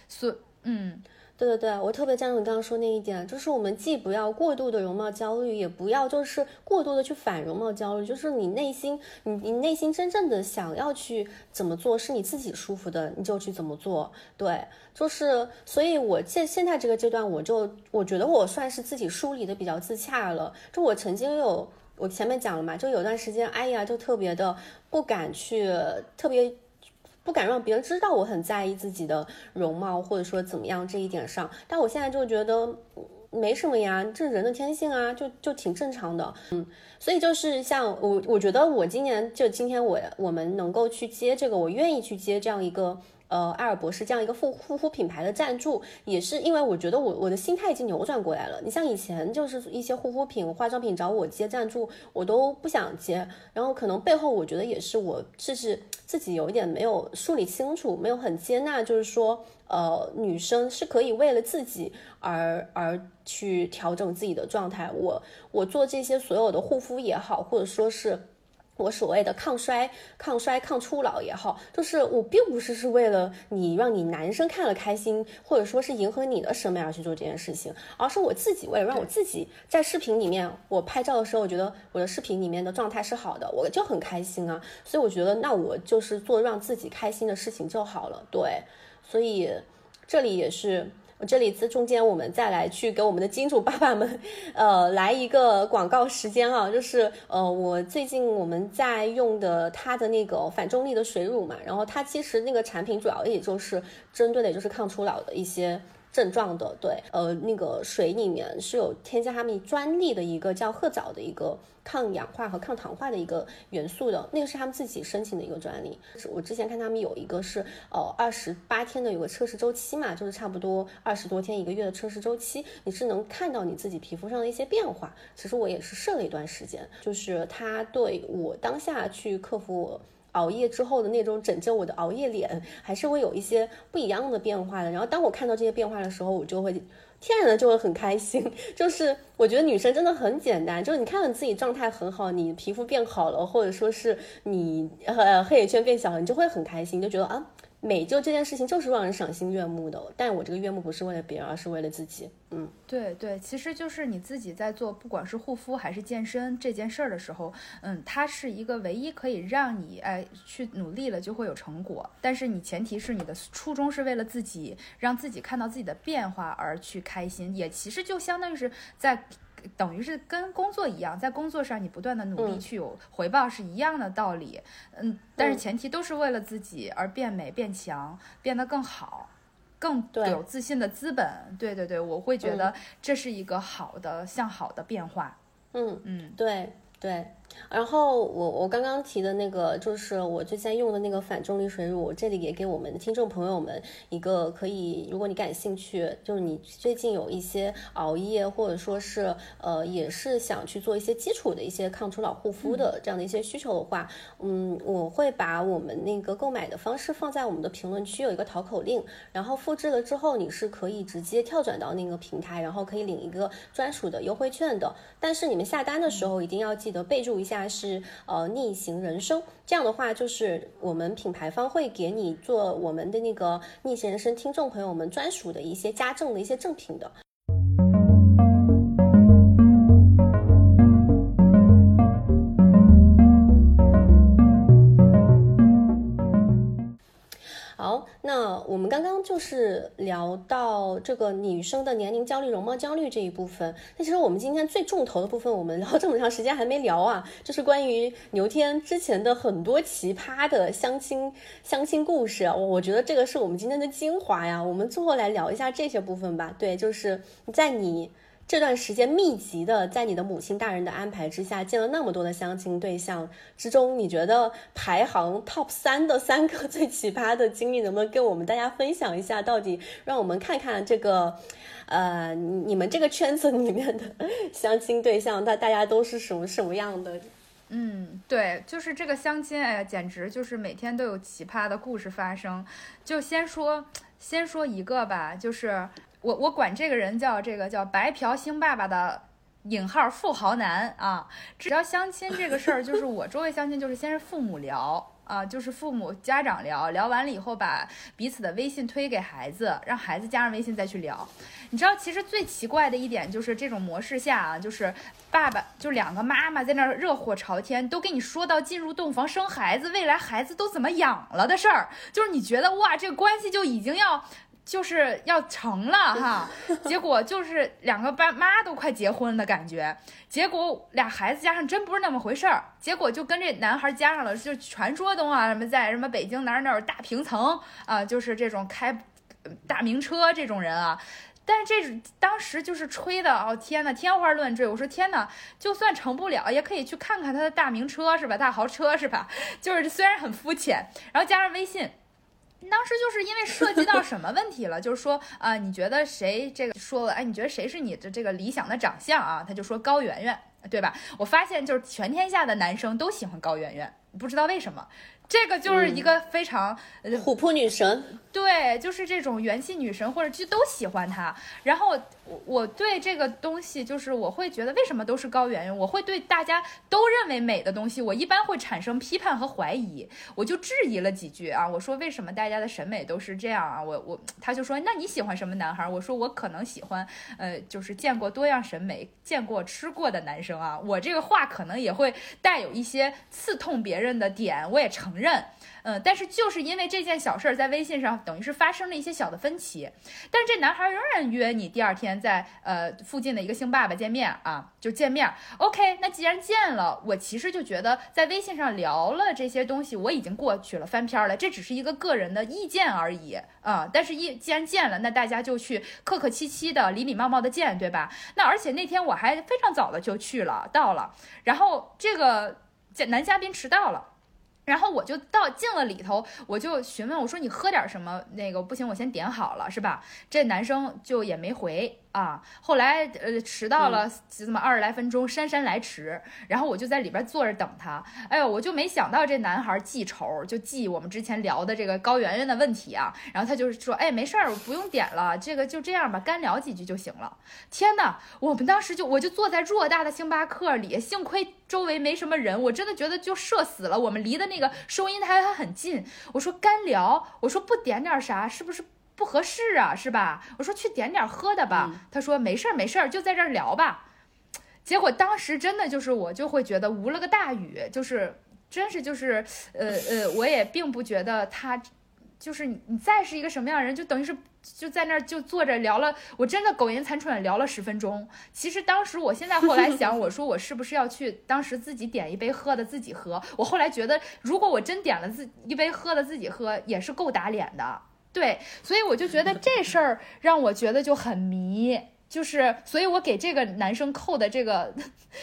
对，我特别赞同你刚刚说那一点，就是我们既不要过度的容貌焦虑，也不要就是过度的去反容貌焦虑，就是你内心真正的想要去怎么做，是你自己舒服的，你就去怎么做。对，就是所以我现在这个阶段，我觉得我算是自己梳理的比较自洽了。就我曾经我前面讲了嘛，就有段时间，哎呀，就特别的不敢去，不敢让别人知道我很在意自己的容貌，或者说怎么样这一点上，但我现在就觉得没什么呀，这人的天性啊，就挺正常的。所以就是像我觉得我今天我们能够去接这个，我愿意去接这样一个瑷尔博士这样一个护肤品牌的赞助，也是因为我觉得我的心态已经扭转过来了。你像以前就是一些护肤品化妆品找我接赞助，我都不想接，然后可能背后我觉得也是我是自己有一点没有梳理清楚，没有很接纳，就是说女生是可以为了自己而去调整自己的状态。我做这些所有的护肤也好，或者说是我所谓的抗衰、抗初老也好，就是我并不是为了让你男生看了开心，或者说是迎合你的审美而去做这件事情，而是我自己为了让我自己在视频里面，我拍照的时候，我觉得我的视频里面的状态是好的，我就很开心啊。所以我觉得那我就是做让自己开心的事情就好了。对，所以这里也是。这里中间我们再来去给我们的金主爸爸们来一个广告时间啊，就是我最近我们在用的它的那个反重力的水乳嘛，然后它其实那个产品主要也就是针对的就是抗初老的一些症状的。对，那个水里面是有添加他们专利的一个叫褐藻的一个抗氧化和抗糖化的一个元素的，那个是他们自己申请的一个专利。我之前看他们有一个是28天的有个测试周期嘛，就是差不多20多天1个月的测试周期，你是能看到你自己皮肤上的一些变化。其实我也是试了一段时间，就是它对我当下去克服我熬夜之后的那种拯救我的熬夜脸，还是会有一些不一样的变化的。然后当我看到这些变化的时候，我就会天然的就会很开心。就是我觉得女生真的很简单，就是你看到你自己状态很好，你皮肤变好了，或者说是你黑眼圈变小了，你就会很开心，就觉得啊，美就这件事情就是让人赏心悦目的。但我这个悦目不是为了别人，而是为了自己。 对，其实就是你自己在做不管是护肤还是健身这件事儿的时候，它是一个唯一可以让你去努力了就会有成果，但是你前提是你的初衷是为了自己，让自己看到自己的变化而去开心，也其实就相当于是等于是跟工作一样，在工作上你不断的努力去有回报是一样的道理。但是前提都是为了自己而变美变强，变得更好，更有自信的资本。对，我会觉得这是一个向好的变化。 对。然后我刚刚提的那个就是我最近用的那个反重力水乳，我这里也给我们的听众朋友们一个可以，如果你感兴趣，就是你最近有一些熬夜，或者说是也是想去做一些基础的一些抗初老护肤的这样的一些需求的话，我会把我们那个购买的方式放在我们的评论区有一个淘口令，然后复制了之后你是可以直接跳转到那个平台，然后可以领一个专属的优惠券的。但是你们下单的时候一定要记得备注一下是逆行人生，这样的话就是我们品牌方会给你做我们的那个逆行人生听众朋友们专属的一些加赠的一些赠品的。好，那我们刚刚就是聊到这个女生的年龄焦虑、容貌焦虑这一部分。那其实我们今天最重头的部分，我们聊这么长时间还没聊啊，就是关于牛天之前的很多奇葩的相亲故事啊。我觉得这个是我们今天的精华呀。我们最后来聊一下这些部分吧。对，就是在你这段时间密集的在你的母亲大人的安排之下见了那么多的相亲对象之中，你觉得排行 top 3的3个最奇葩的经历能不能跟我们大家分享一下，到底让我们看看这个你们这个圈子里面的相亲对象大家都是什么样的。 对，就是这个相亲，哎呀，简直就是每天都有奇葩的故事发生。就先说一个吧，就是我管这个人叫白嫖星爸爸的引号富豪男啊，只要相亲这个事儿，就是我周围相亲就是先是父母聊啊，就是父母家长聊完了以后，把彼此的微信推给孩子，让孩子加上微信再去聊。你知道，其实最奇怪的一点就是这种模式下啊，就是爸爸就两个妈妈在那儿热火朝天，都给你说到进入洞房生孩子，未来孩子都怎么养了的事儿，就是你觉得哇，这个关系就已经就是要成了哈，结果就是两个爸妈都快结婚的感觉，结果俩孩子加上真不是那么回事儿，结果就跟这男孩加上了，就传说中啊什么在什么北京哪儿有大平层啊，就是这种开大名车这种人啊。但是这当时就是吹的哦，天呐，天花乱坠。我说天呐，就算成不了，也可以去看看他的大名车是吧？大豪车是吧？就是虽然很肤浅，然后加上微信。当时就是因为涉及到什么问题了，就是说你觉得谁这个说了，哎，你觉得谁是你的这个理想的长相啊？他就说高圆圆，对吧？我发现就是全天下的男生都喜欢高圆圆，不知道为什么。这个就是一个非常虎扑女神， 对，就是这种元气女神或者就都喜欢她。然后我对这个东西就是我会觉得为什么都是高圆圆，我会对大家都认为美的东西，我一般会产生批判和怀疑。我就质疑了几句啊，我说为什么大家的审美都是这样啊？他就说那你喜欢什么男孩？我说我可能喜欢就是见过多样审美、见过吃过的男生啊。我这个话可能也会带有一些刺痛别人的点，我也承认。但是就是因为这件小事儿，在微信上等于是发生了一些小的分歧，但是这男孩仍然约你第二天在附近的一个星爸爸见面啊，就见面。OK， 那既然见了，我其实就觉得在微信上聊了这些东西，我已经过去了，翻篇了，这只是一个个人的意见而已啊。但是既然见了，那大家就去客客气气的、礼礼貌貌的见，对吧？那而且那天我还非常早的就到了，然后这个男嘉宾迟到了。然后我就进了里头，我就询问我说你喝点什么？那个不行，我先点好了，是吧？这男生就也没回啊。后来迟到了这么20来分钟，姗姗来迟。然后我就在里边坐着等他。哎呦，我就没想到这男孩记仇，就记我们之前聊的这个高圆圆的问题啊。然后他就是说，哎，没事儿，我不用点了，这个就这样吧，干聊几句就行了。天哪，我们当时我就坐在偌大的星巴克里，幸亏周围没什么人，我真的觉得就社死了。我们离的那个收银台还很近，我说干聊，我说不点点啥是不是不合适啊，是吧？我说去点点喝的吧。他说没事儿，就在这儿聊吧。结果当时真的就是我就会觉得无了个大雨，就是真是就是我也并不觉得他就是你再是一个什么样的人，就等于是就在那儿就坐着聊了，我真的苟延残喘聊了10分钟。其实当时我现在后来想，我说我是不是要去当时自己点一杯喝的自己喝？我后来觉得，如果我真点了一杯喝的自己喝，也是够打脸的。对，所以我就觉得这事儿让我觉得就很迷，就是所以我给这个男生扣的这个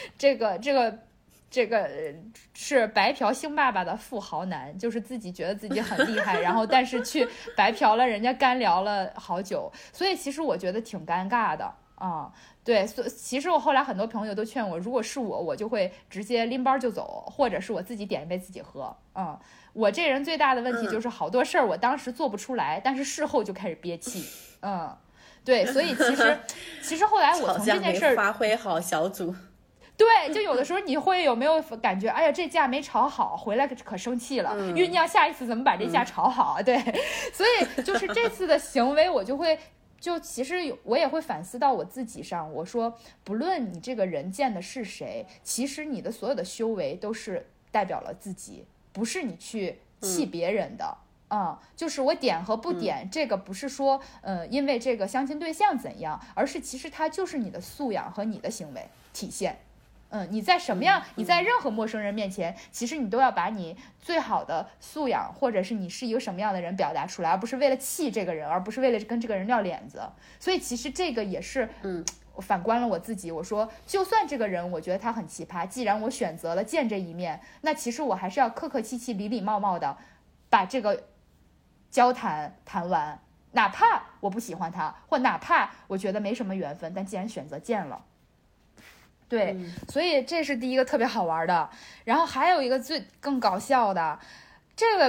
是白嫖星爸爸的富豪男，就是自己觉得自己很厉害，然后但是去白嫖了人家干聊了好久，所以其实我觉得挺尴尬的啊。对，其实我后来很多朋友都劝我，如果是我就会直接拎包就走，或者是我自己点一杯自己喝。我这人最大的问题就是好多事儿我当时做不出来，但是事后就开始憋气。对，所以其实后来我从这件事儿发挥好小组。 对，就有的时候你会有没有感觉，哎呀，这架没炒好，回来可生气了，酝酿下一次怎么把这架炒好。对，所以就是这次的行为，我就会其实我也会反思到我自己上。我说，不论你这个人见的是谁，其实你的所有的修为都是代表了自己，不是你去气别人的。就是我点和不点，这个不是说因为这个相亲对象怎样，而是其实它就是你的素养和你的行为体现。你在什么样，你在任何陌生人面前，其实你都要把你最好的素养，或者是你是一个什么样的人表达出来，而不是为了气这个人，而不是为了跟这个人撂脸子。所以其实这个也是我反观了我自己，我说就算这个人我觉得他很奇葩，既然我选择了见这一面，那其实我还是要客客气气、礼礼貌貌的把这个交谈完，哪怕我不喜欢他，或哪怕我觉得没什么缘分，但既然选择见了。对，所以这是第一个特别好玩的。然后还有一个更搞笑的，这个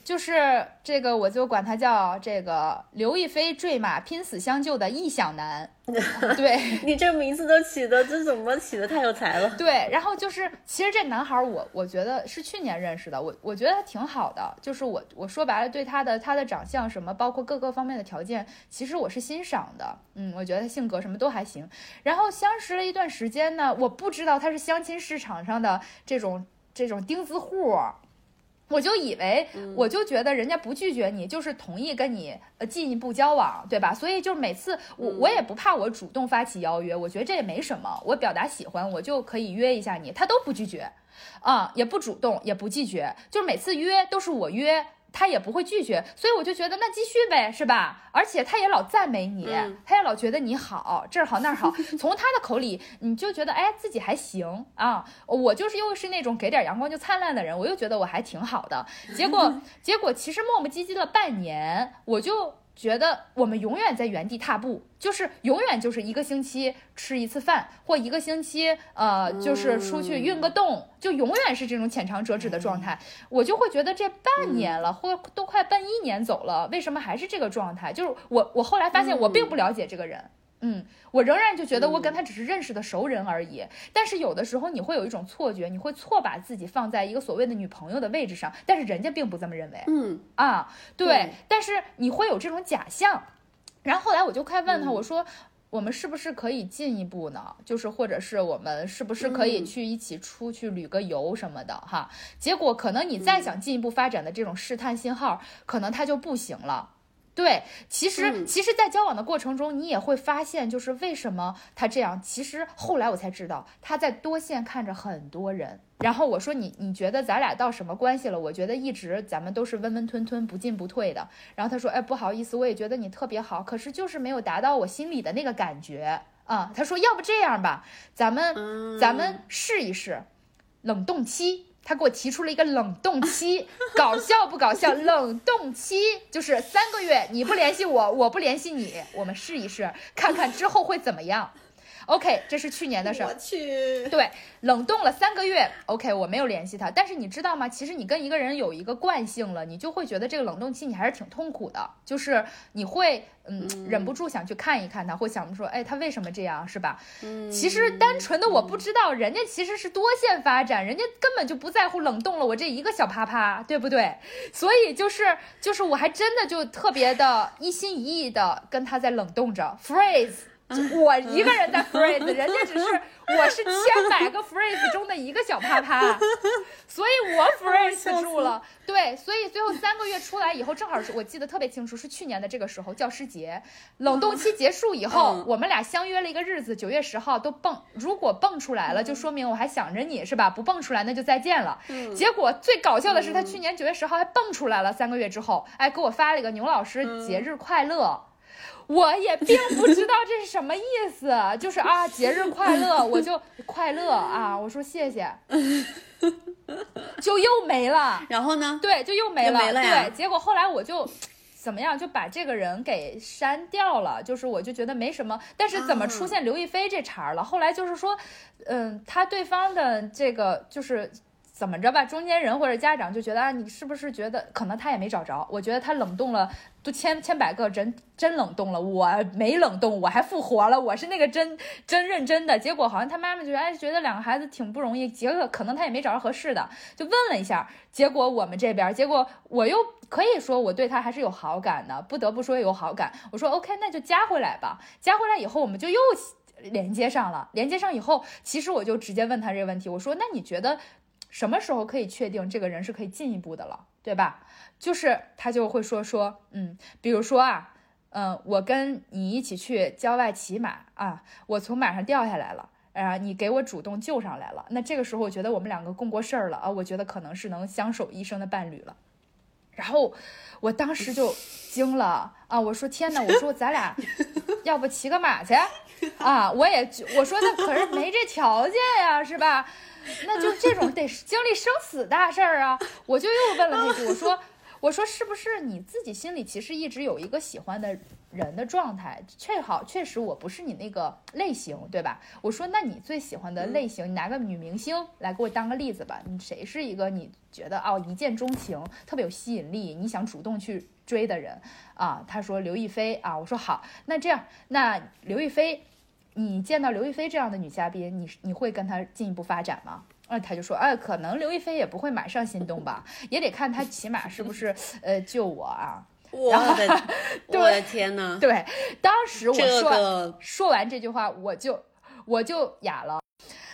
就是这个，我就管他叫这个刘亦菲坠马拼死相救的异想男。对你这名字都起的，这怎么起的太有才了。 对，然后就是其实这男孩我觉得是去年认识的，我觉得他挺好的，就是我说白了对他的长相什么，包括各个方面的条件，其实我是欣赏的。我觉得他性格什么都还行。然后相识了一段时间呢，我不知道他是相亲市场上的这种钉子户。我就以为，我就觉得人家不拒绝你，就是同意跟你进一步交往，对吧？所以就每次我也不怕我主动发起邀约，我觉得这也没什么，我表达喜欢，我就可以约一下你，他都不拒绝，也不主动，也不拒绝，就是每次约都是我约。他也不会拒绝，所以我就觉得那继续呗，是吧？而且他也老赞美你，他也老觉得你好，这儿好那儿好。从他的口里，你就觉得哎，自己还行啊。我就是又是那种给点阳光就灿烂的人，我又觉得我还挺好的。结果其实磨磨唧唧了半年，我就觉得我们永远在原地踏步，就是永远就是一个星期吃一次饭，或一个星期就是出去运个动，就永远是这种浅尝辄止的状态。我就会觉得这半年了，或都快奔1年走了，为什么还是这个状态？就是我后来发现我并不了解这个人。我仍然就觉得我跟他只是认识的熟人而已，但是有的时候你会有一种错觉，你会错把自己放在一个所谓的女朋友的位置上，但是人家并不这么认为。对，但是你会有这种假象。然后后来我就快问他，我说我们是不是可以进一步呢？就是或者是我们是不是可以去一起出去旅个游什么的哈？结果可能你再想进一步发展的这种试探信号，可能他就不行了。对，其实在交往的过程中，你也会发现，就是为什么他这样。其实后来我才知道，他在多线看着很多人。然后我说你觉得咱俩到什么关系了？我觉得一直咱们都是温温吞吞、不进不退的。然后他说，哎，不好意思，我也觉得你特别好，可是就是没有达到我心里的那个感觉啊。他说，要不这样吧，咱们试一试冷冻期。他给我提出了一个冷冻期，搞笑不搞笑？冷冻期就是3个月，你不联系我，我不联系你，我们试一试，看看之后会怎么样。OK， 这是去年的事儿。 我去， 对，冷冻了3个月。OK， 我没有联系他，但是你知道吗？其实你跟一个人有一个惯性了，你就会觉得这个冷冻期你还是挺痛苦的，就是你会忍不住想去看一看他，会想说，哎，他为什么这样，是吧？其实单纯的我不知道，人家其实是多线发展，人家根本就不在乎冷冻了我这一个小啪啪，对不对？所以就是我还真的就特别的一心一意的跟他在冷冻着 freeze。我一个人在 freeze， 人家只是我是千百个 freeze 中的一个小啪啪，所以我 freeze 住了。对，所以最后3个月出来以后，正好是我记得特别清楚，是去年的这个时候，教师节冷冻期结束以后，我们俩相约了一个日子，9月10号都蹦，如果蹦出来了，就说明我还想着你是吧？不蹦出来那就再见了。结果最搞笑的是，他去年9月10号还蹦出来了，3个月之后，哎，给我发了一个牛老师节日快乐。我也并不知道这是什么意思，就是啊，节日快乐，我就快乐啊，我说谢谢，就又没了。 然后呢？ 对，就又没了。 呀。 对，结果后来我就怎么样，就把这个人给删掉了。就是我就觉得没什么，但是怎么出现刘亦菲这茬了？后来就是说，他对方的这个就是怎么着吧，中间人或者家长就觉得啊，你是不是觉得可能他也没找着？我觉得他冷冻了。都千百个人真冷冻了，我没冷冻，我还复活了，我是那个真认真的。结果好像他妈妈觉得2个孩子挺不容易，结果可能他也没找着合适的，就问了一下。结果我们这边，结果我又可以说我对他还是有好感的，不得不说有好感。我说 OK， 那就加回来吧。加回来以后，我们就又连接上了。连接上以后，其实我就直接问他这个问题，我说那你觉得什么时候可以确定这个人是可以进一步的了，对吧？就是他就会说比如说啊，我跟你一起去郊外骑马啊，我从马上掉下来了，你给我主动救上来了，那这个时候我觉得我们2个共过事儿了啊，我觉得可能是能相守一生的伴侣了。然后我当时就惊了啊，我说天哪，我说咱俩要不骑个马去啊？我说那可是没这条件呀，是吧？那就这种得经历生死大事儿啊！我就又问了那句， 我说是不是你自己心里其实一直有一个喜欢的人的状态？确实我不是你那个类型，对吧？我说那你最喜欢的类型，你拿个女明星来给我当个例子吧。你谁是一个你觉得一见钟情，特别有吸引力，你想主动去追的人啊？他说刘亦菲啊。我说好，那这样，那刘亦菲，你见到刘亦菲这样的女嘉宾，你会跟她进一步发展吗？他就说，可能刘亦菲也不会马上心动吧，也得看她起码是不是救我啊。 我的天哪！ 对，当时我说完这句话，我就哑了，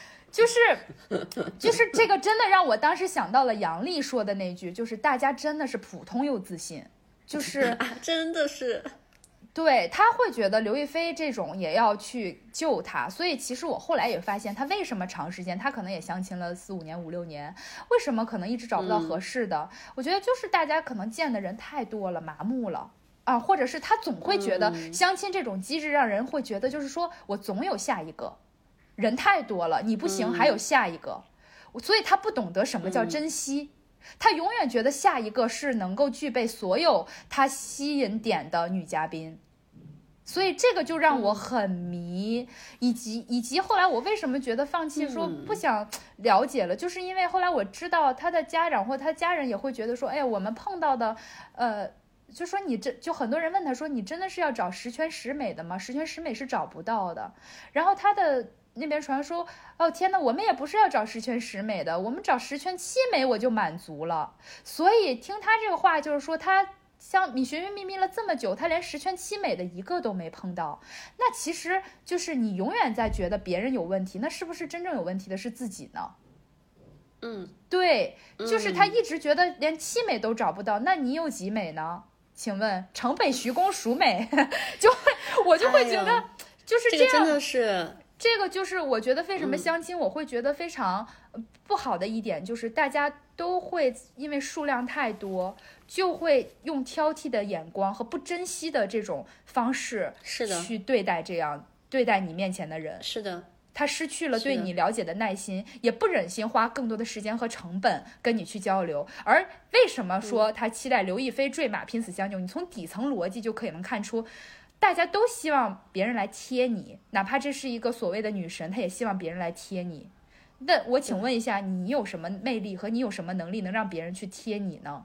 就是这个真的让我当时想到了杨笠说的那句，就是大家真的是普通又自信，就是真的是。 对，他会觉得刘亦菲这种也要去救他，所以其实我后来也发现，他为什么长时间，他可能也相亲了4、5年、5、6年，为什么可能一直找不到合适的？我觉得就是大家可能见的人太多了，麻木了啊，或者是他总会觉得相亲这种机制让人会觉得，就是说我总有下一个，人太多了，你不行还有下一个，所以他不懂得什么叫珍惜。他永远觉得下一个是能够具备所有他吸引点的女嘉宾，所以这个就让我很迷，以及后来我为什么觉得放弃说不想了解了，就是因为后来我知道他的家长或他家人也会觉得说，哎，我们碰到的就说就很多人问他说，你真的是要找十全十美的吗？十全十美是找不到的。然后他的那边传说，哦天哪，我们也不是要找十全十美的，我们找十全七美我就满足了。所以听他这个话，就是说他像你寻寻觅觅了这么久，他连十全七美的一个都没碰到。那其实就是你永远在觉得别人有问题，那是不是真正有问题的是自己呢？对，就是他一直觉得连七美都找不到，那你有几美呢？请问城北徐公孰美？我就会觉得就是这样， 这个真的是。 这个就是我觉得为什么相亲我会觉得非常不好的一点，就是大家都会因为数量太多，就会用挑剔的眼光和不珍惜的这种方式去对待你面前的人。 是的， 他失去了对你了解的耐心，也不忍心花更多的时间和成本跟你去交流。而为什么说他期待刘亦菲坠马拼死相救？你从底层逻辑就可以能看出，大家都希望别人来贴你，哪怕这是一个所谓的女神，她也希望别人来贴你。那我请问一下，你有什么魅力和你有什么能力能让别人去贴你呢？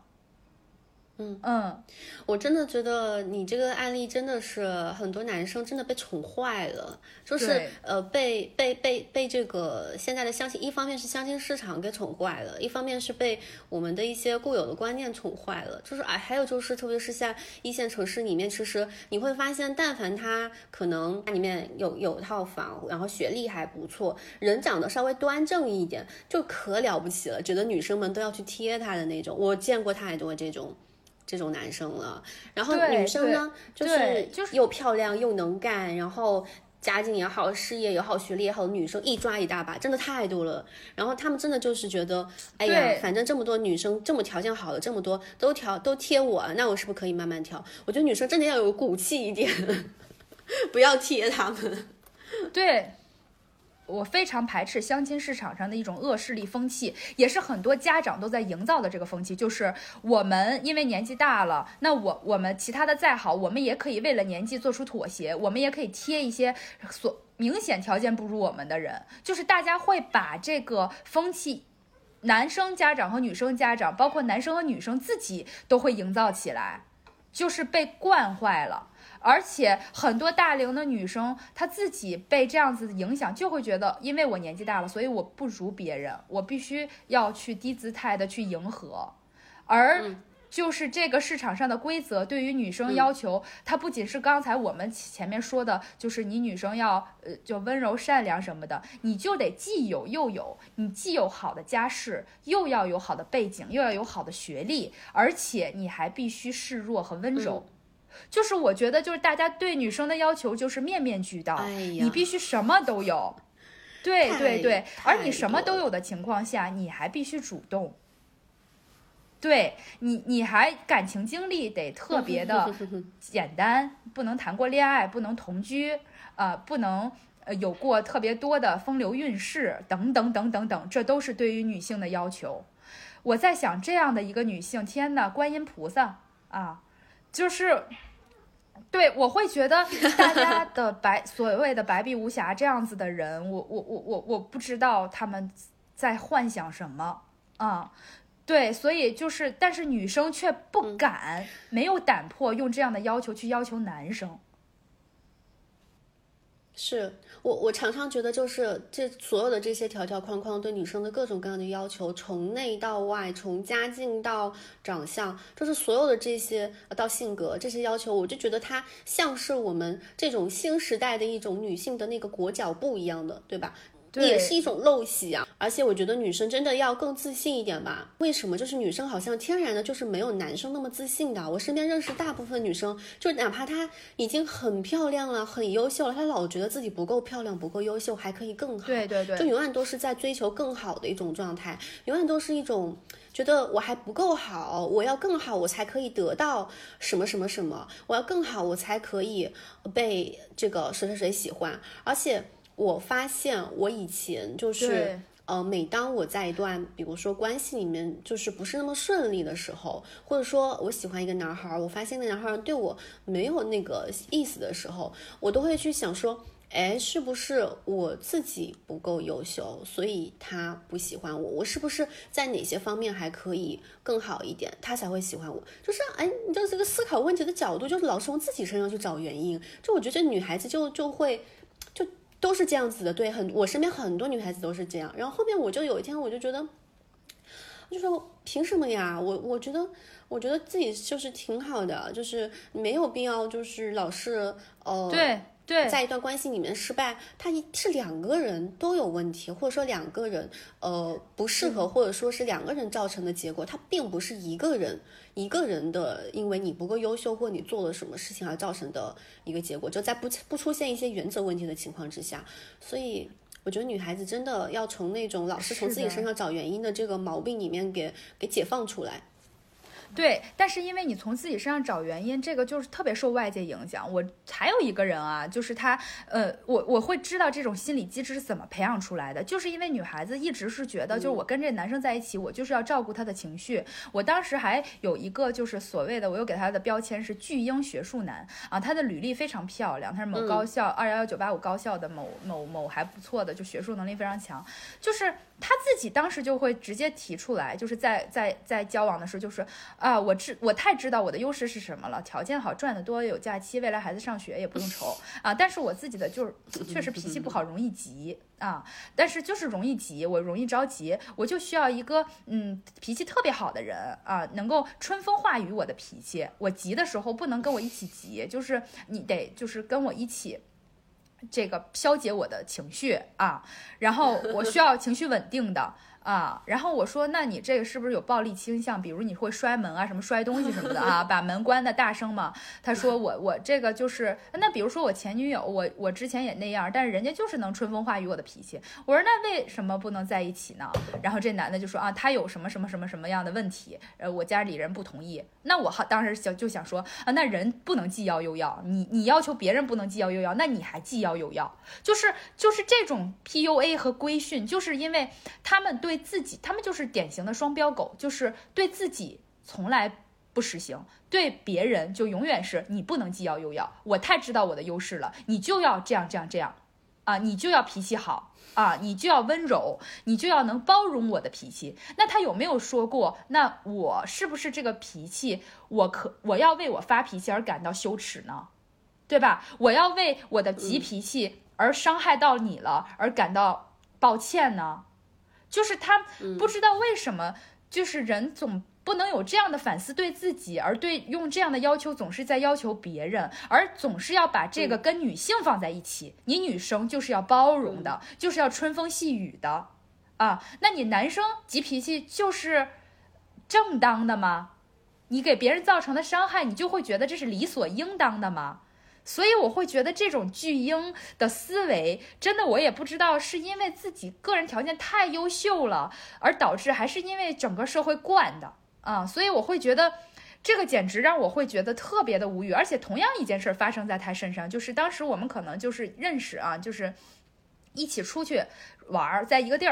我真的觉得你这个案例真的是很多男生真的被宠坏了，就是被这个现在的相亲，一方面是相亲市场给宠坏了，一方面是被我们的一些固有的观念宠坏了。就是还有就是特别是在一线城市里面，其实你会发现，但凡他可能里面有套房，然后学历还不错，人长得稍微端正一点，就可了不起了，觉得女生们都要去贴他的那种。我见过太多这种男生了。然后女生呢，就是又漂亮又能干，然后家境也好，事业也好，学历也好的女生一抓一大把，真的太多了。然后他们真的就是觉得，哎呀，反正这么多女生，这么条件好的这么多都贴我，那我是不是可以慢慢挑？我觉得女生真的要有骨气一点，不要贴他们。 对，我非常排斥相亲市场上的一种恶势力风气，也是很多家长都在营造的这个风气，就是我们因为年纪大了，那我们其他的再好，我们也可以为了年纪做出妥协，我们也可以贴一些明显条件不如我们的人，就是大家会把这个风气，男生家长和女生家长，包括男生和女生自己都会营造起来，就是被惯坏了。而且很多大龄的女生，她自己被这样子影响，就会觉得，因为我年纪大了，所以我不如别人，我必须要去低姿态的去迎合。而就是这个市场上的规则对于女生要求，它不仅是刚才我们前面说的，就是你女生要就温柔善良什么的，你就得既有又有，你既有好的家世，又要有好的背景，又要有好的学历，而且你还必须示弱和温柔。就是我觉得就是大家对女生的要求就是面面俱到，你必须什么都有。对对对，而你什么都有的情况下，你还必须主动。对你还感情经历得特别的简单，不能谈过恋爱，不能同居，不能有过特别多的风流韵事等等等等等，这都是对于女性的要求。 我在想这样的一个女性，天哪，观音菩萨啊，就是对，我会觉得大家的所谓的白璧无瑕这样子的人，我不知道他们在幻想什么啊。对，所以就是，但是女生却不敢，没有胆魄用这样的要求去要求男生。 是我常常觉得，就是这所有的这些条条框框对女生的各种各样的要求，从内到外，从家境到长相，就是所有的这些到性格这些要求，我就觉得它像是我们这种新时代的一种女性的那个裹脚布一样的，对吧？也是一种陋习啊。而且我觉得女生真的要更自信一点吧。为什么？就是女生好像天然的就是没有男生那么自信的。我身边认识大部分女生，就哪怕她已经很漂亮了，很优秀了，她老觉得自己不够漂亮，不够优秀，还可以更好。 对对对， 就永远都是在追求更好的一种状态，永远都是一种觉得我还不够好，我要更好，我才可以得到什么什么什么，我要更好，我才可以被这个谁谁谁喜欢。而且我发现我以前就是每当我在一段比如说关系里面就是不是那么顺利的时候，或者说我喜欢一个男孩，我发现那男孩对我没有那个意思的时候，我都会去想说，哎，是不是我自己不够优秀，所以他不喜欢我？我是不是在哪些方面还可以更好一点，他才会喜欢我？就是你就这个思考问题的角度，就是老是从自己身上去找原因。就我觉得女孩子就会都是这样子的，对，我身边很多女孩子都是这样。然后后面我就有一天我就觉得，就说凭什么呀？我觉得自己就是挺好的，就是没有必要就是老是对， 在一段关系里面失败，它是两个人都有问题，或者说两个人不适合，或者说是两个人造成的结果，它并不是一个人的，因为你不够优秀或你做了什么事情而造成的一个结果，就在不出现一些原则问题的情况之下。所以我觉得女孩子真的要从那种老是从自己身上找原因的这个毛病里面给解放出来。 对，但是因为你从自己身上找原因，这个就是特别受外界影响。我还有一个人啊，就是他，我会知道这种心理机制是怎么培养出来的，就是因为女孩子一直是觉得，就是我跟这个男生在一起，我就是要照顾他的情绪。我当时还有一个就是所谓的，我又给他的标签是巨婴学术男啊，他的履历非常漂亮，他是某高校211-985高校的某还不错的，就学术能力非常强，就是他自己当时就会直接提出来，就是在交往的时候，就是我太知道我的优势是什么了，条件好，赚得多，有假期，未来孩子上学也不用愁啊。但是我自己的就是确实脾气不好，容易急啊。但是就是容易急，我容易着急，我就需要一个脾气特别好的人啊，能够春风化雨我的脾气。我急的时候不能跟我一起急，就是你得就是跟我一起。这个消解我的情绪啊，然后我需要情绪稳定的啊，然后我说，那你这个是不是有暴力倾向？比如你会摔门啊，什么摔东西什么的啊，把门关的大声嘛？他说我这个就是，那比如说我前女友，我之前也那样，但是人家就是能春风化雨我的脾气。我说那为什么不能在一起呢？然后这男的就说啊，他有什么什么什么什么样的问题，我家里人不同意。那我当时就想说啊，那人不能既要又要，你要求别人不能既要又要，那你还既要又要，就是这种 PUA 和规训，就是因为他们对自己，他们就是典型的双标狗，就是对自己从来不实行，对别人就永远是你不能既要又要，我太知道我的优势了，你就要这样啊，你就要脾气好啊，你就要温柔，你就要能包容我的脾气。那他有没有说过，那我是不是这个脾气，我要为我发脾气而感到羞耻呢？对吧？我要为我的急脾气而伤害到你了而感到抱歉呢？就是他不知道为什么，就是人总不能有这样的反思对自己，而用这样的要求总是在要求别人，而总是要把这个跟女性放在一起。你女生就是要包容的，就是要春风细雨的啊，那你男生急脾气就是正当的吗？你给别人造成的伤害，你就会觉得这是理所应当的吗？所以我会觉得这种巨婴的思维，真的我也不知道是因为自己个人条件太优秀了，而导致，还是因为整个社会惯的啊。所以我会觉得这个简直让我会觉得特别的无语。而且同样一件事发生在他身上，就是当时我们可能就是认识啊，就是一起出去玩，在一个地儿。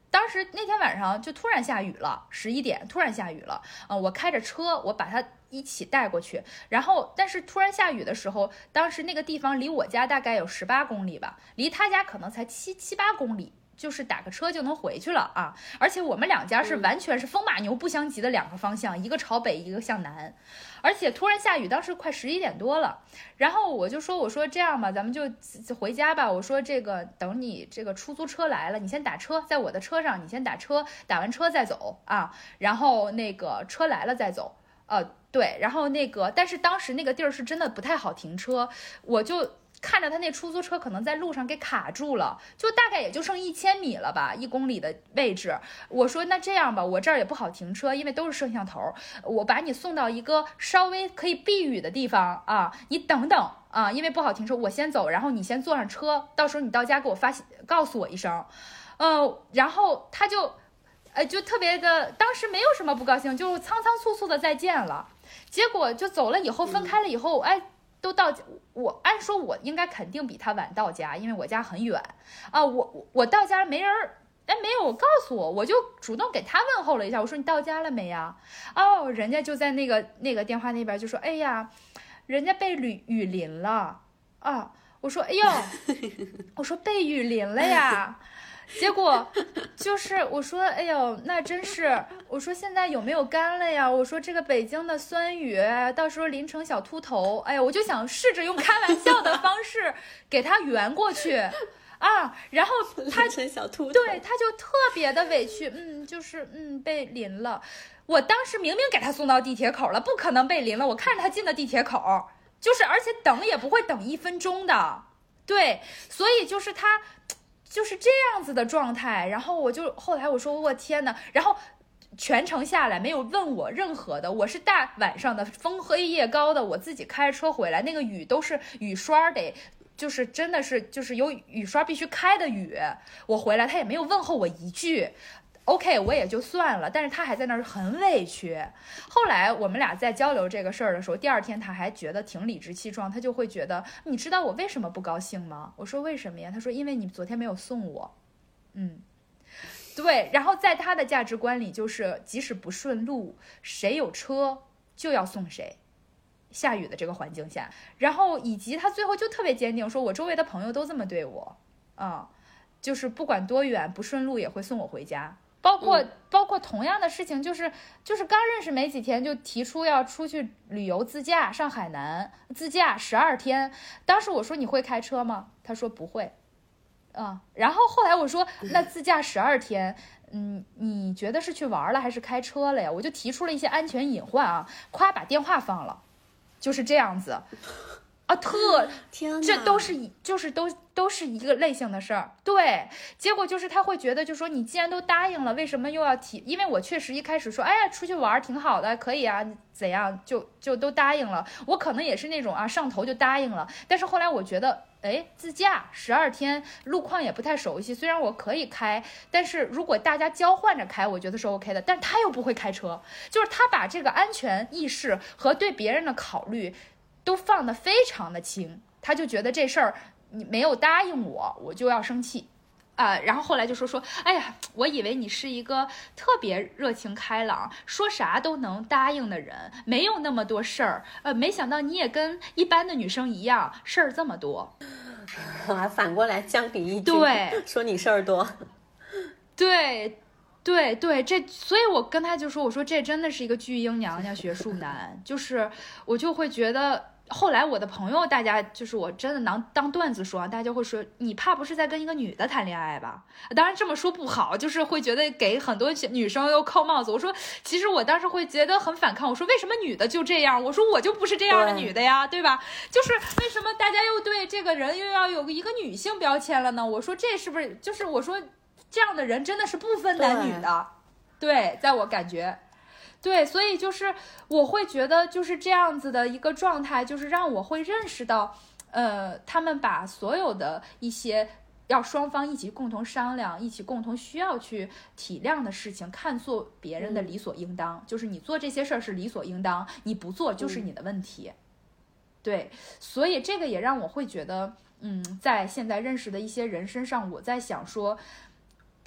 当时那天晚上就突然下雨了，11点突然下雨了，我开着车，我把他一起带过去，然后但是突然下雨的时候，当时那个地方离我家大概有18公里吧，离他家可能才7-8公里。就是打个车就能回去了啊！而且我们两家是完全是风马牛不相及的两个方向，一个朝北，一个向南。而且突然下雨，当时快11点多了，然后我就说：“我说这样吧，咱们就回家吧。我说这个等你这个出租车来了，你先打车，在我的车上，你先打车，打完车再走啊。然后那个车来了再走。对，然后那个，但是当时那个地儿是真的不太好停车，我就。”看着他那出租车可能在路上给卡住了，就大概也就剩1000米了吧，1公里的位置。我说那这样吧，我这儿也不好停车，因为都是摄像头，我把你送到一个稍微可以避雨的地方啊，你等等啊，因为不好停车，我先走，然后你先坐上车，到时候你到家给我告诉我一声。然后他就特别的，当时没有什么不高兴，就仓仓促促的再见了。结果就走了以后，分开了以后，都到我按说我应该肯定比他晚到家，因为我家很远啊。我到家没人，没有告诉我，我就主动给他问候了一下，我说你到家了没呀？人家就在那个电话那边就说，哎呀，人家被雨淋了啊。我说哎呦，我说被雨淋了呀。结果就是我说哎呦那真是，我说现在有没有干了呀？我说这个北京的酸雨到时候淋成小秃头，哎呀我就想试着用开玩笑的方式给他圆过去啊，然后他成小秃头， 对，他就特别的委屈，就是被淋了。我当时明明给他送到地铁口了，不可能被淋了，我看着他进的地铁口，就是而且等也不会等1分钟的，对，所以就是他就是这样子的状态。然后后来我说我天哪，然后全程下来没有问我任何的，我是大晚上的风黑夜高的，我自己开车回来，那个雨都是雨刷得就是真的是就是有雨刷必须开的雨，我回来他也没有问候我一句。OK， 我也就算了，但是他还在那儿很委屈。后来我们俩在交流这个事儿的时候，第二天他还觉得挺理直气壮，他就会觉得你知道我为什么不高兴吗？我说为什么呀？他说因为你昨天没有送我。对，然后在他的价值观里，就是即使不顺路，谁有车就要送谁。下雨的这个环境下，然后以及他最后就特别坚定，说我周围的朋友都这么对我，就是不管多远不顺路也会送我回家。包括同样的事情，就是刚认识没几天就提出要出去旅游自驾，上海南自驾12天。当时我说你会开车吗？他说不会。然后后来我说那自驾12天，你觉得是去玩了还是开车了呀？我就提出了一些安全隐患啊，夸把电话放了，就是这样子。 天哪， 这都是都是一个类型的事儿。对，结果就是他会觉得，就说你既然都答应了，为什么又要提？因为我确实一开始说，哎呀，出去玩挺好的，可以啊，怎样就都答应了。我可能也是那种上头就答应了，但是后来我觉得，自驾12天，路况也不太熟悉，虽然我可以开，但是如果大家交换着开，我觉得是 OK 的。但是他又不会开车，就是他把这个安全意识和对别人的考虑都放得非常的轻，他就觉得这事儿你没有答应我就要生气然后后来就说，哎呀，我以为你是一个特别热情开朗，说啥都能答应的人，没有那么多事儿，没想到你也跟一般的女生一样，事儿这么多。 反过来降你一句， 对， 说你事儿多。 对，这，所以我跟他就说，我说这真的是一个巨婴娘娘学术难，就是我就会觉得。后来我的朋友，大家就是我真的能当段子说，大家会说你怕不是在跟一个女的谈恋爱吧？当然这么说不好，就是会觉得给很多女生又扣帽子。我说其实我当时会觉得很反抗，我说为什么女的就这样？我说我就不是这样的女的呀，对吧？就是为什么大家又对这个人又要有一个女性标签了呢？我说这是不是就是我说这样的人真的是不分男女的？对，在我感觉。对，所以就是我会觉得就是这样子的一个状态，就是让我会认识到，他们把所有的一些要双方一起共同商量、一起共同需要去体谅的事情，看作别人的理所应当，就是你做这些事儿是理所应当，你不做就是你的问题。对，所以这个也让我会觉得，在现在认识的一些人身上，我在想说，比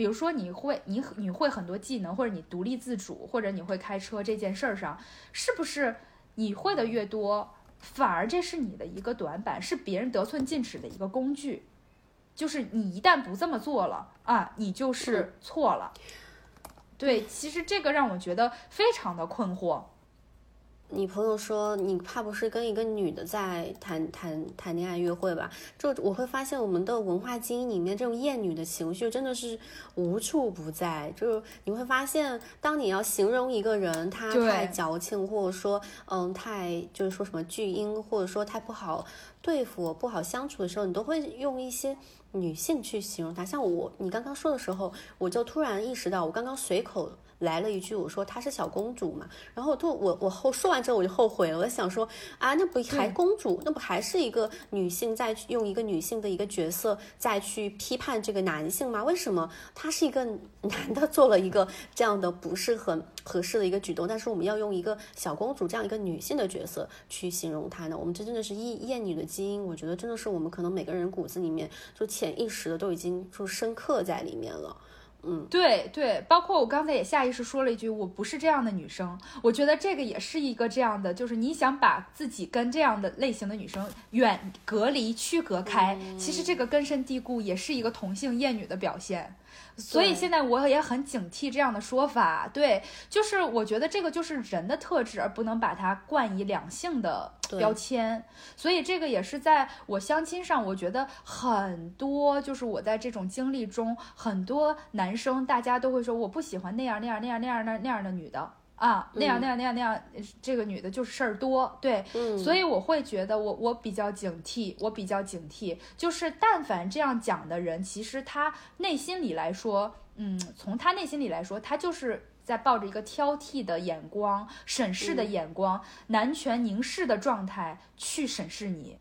比如说你会很多技能，或者你独立自主，或者你会开车这件事儿上，是不是你会的越多，反而这是你的一个短板，是别人得寸进尺的一个工具，就是你一旦不这么做了啊，你就是错了。对，其实这个让我觉得非常的困惑。 你朋友说你怕不是跟一个女的在谈恋爱约会吧？就我会发现我们的文化基因里面这种厌女的情绪真的是无处不在。就是你会发现，当你要形容一个人他太矫情，或者说太就是说什么巨婴，或者说太不好对付、不好相处的时候，你都会用一些女性去形容她。像你刚刚说的时候，我就突然意识到，我刚刚随口来了一句，我说她是小公主嘛，然后我说完之后我就后悔了，我想说啊，那不还公主，那不还是一个女性在用一个女性的一个角色再去批判这个男性吗？为什么他是一个男的做了一个这样的不是很合适的一个举动，但是我们要用一个小公主这样一个女性的角色去形容她呢？我们这真的是厌女的基因，我觉得真的是我们可能每个人骨子里面就潜意识的都已经就深刻在里面了。 对对，包括我刚才也下意识说了一句，我不是这样的女生。我觉得这个也是一个这样的，就是你想把自己跟这样的类型的女生隔离区隔开，其实这个根深蒂固，也是一个同性厌女的表现。所以现在我也很警惕这样的说法。对，就是我觉得这个就是人的特质，而不能把它冠以两性的标签。所以这个也是在我相亲上，我觉得很多就是我在这种经历中，很多男生大家都会说我不喜欢那样的女的啊，那样，这个女的就是事儿多。对，所以我会觉得我比较警惕，就是但凡这样讲的人，其实他内心里来说，从他内心里来说，他就是在抱着一个挑剔的眼光、审视的眼光、男权凝视的状态去审视你。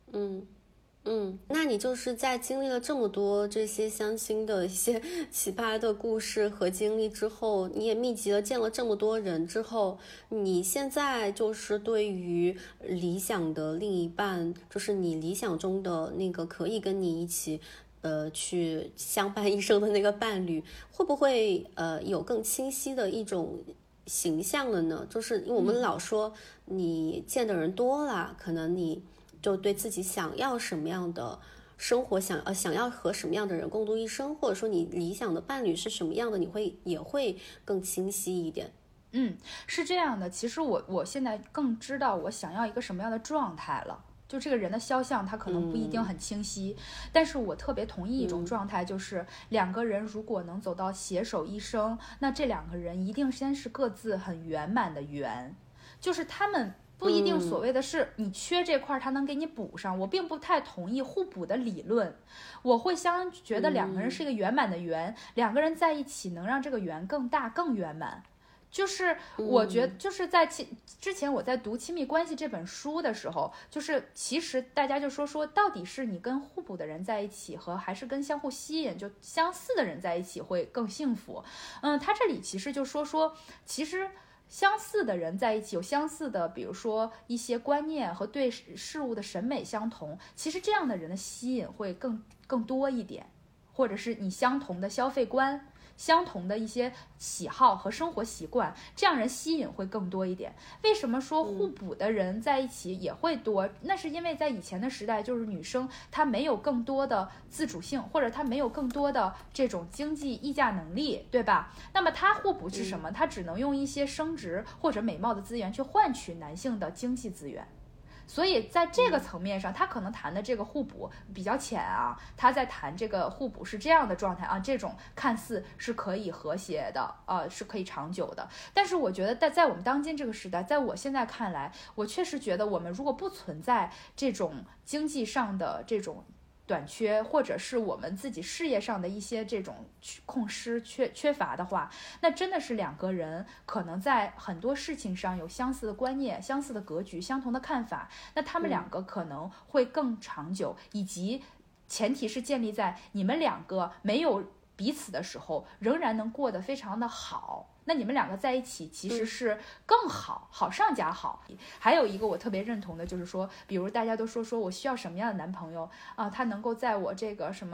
那你就是在经历了这么多这些相亲的一些奇葩的故事和经历之后，你也密集了见了这么多人之后，你现在就是对于理想的另一半，就是你理想中的那个可以跟你一起去相伴一生的那个伴侣，会不会有更清晰的一种形象了呢？就是因为我们老说你见的人多了，可能你就对自己想要什么样的生活，想要和什么样的人共度一生，或者说你理想的伴侣是什么样的，也会更清晰一点。 是这样的，其实我现在更知道我想要一个什么样的状态了。就这个人的肖像，他可能不一定很清晰，但是我特别同意一种状态，就是两个人如果能走到携手一生，那这两个人一定先是各自很圆满的圆，就是他们不一定所谓的是你缺这块他能给你补上。我并不太同意互补的理论，我会觉得两个人是一个圆满的圆，两个人在一起能让这个圆更大更圆满。就是我觉得就是在之前我在读《亲密关系》这本书的时候，就是其实大家就说到底是你跟互补的人在一起还是跟相互吸引就相似的人在一起会更幸福。他这里其实就说其实相似的人在一起有相似的，比如说一些观念和对事物的审美相同，其实这样的人的吸引会更多一点，或者是你相同的消费观、相同的一些喜好和生活习惯，这样人吸引会更多一点。为什么说互补的人在一起也会多？那是因为在以前的时代，就是女生她没有更多的自主性，或者她没有更多的这种经济议价能力，对吧？那么她互补是什么？她只能用一些生殖或者美貌的资源去换取男性的经济资源。所以在这个层面上，他可能谈的这个互补比较浅啊，他在谈这个互补是这样的状态啊，这种看似是可以和谐的，是可以长久的。但是我觉得在我们当今这个时代，在我现在看来，我确实觉得我们如果不存在这种经济上的这种短缺，或者是我们自己事业上的一些这种空失缺乏的话，那真的是两个人可能在很多事情上有相似的观念、相似的格局、相同的看法，那他们两个可能会更长久，以及前提是建立在你们两个没有彼此的时候，仍然能过得非常的好。那你们两个在一起其实是更好，好上加好。还有一个我特别认同的就是说，比如大家都说我需要什么样的男朋友啊，他能够在我这个什么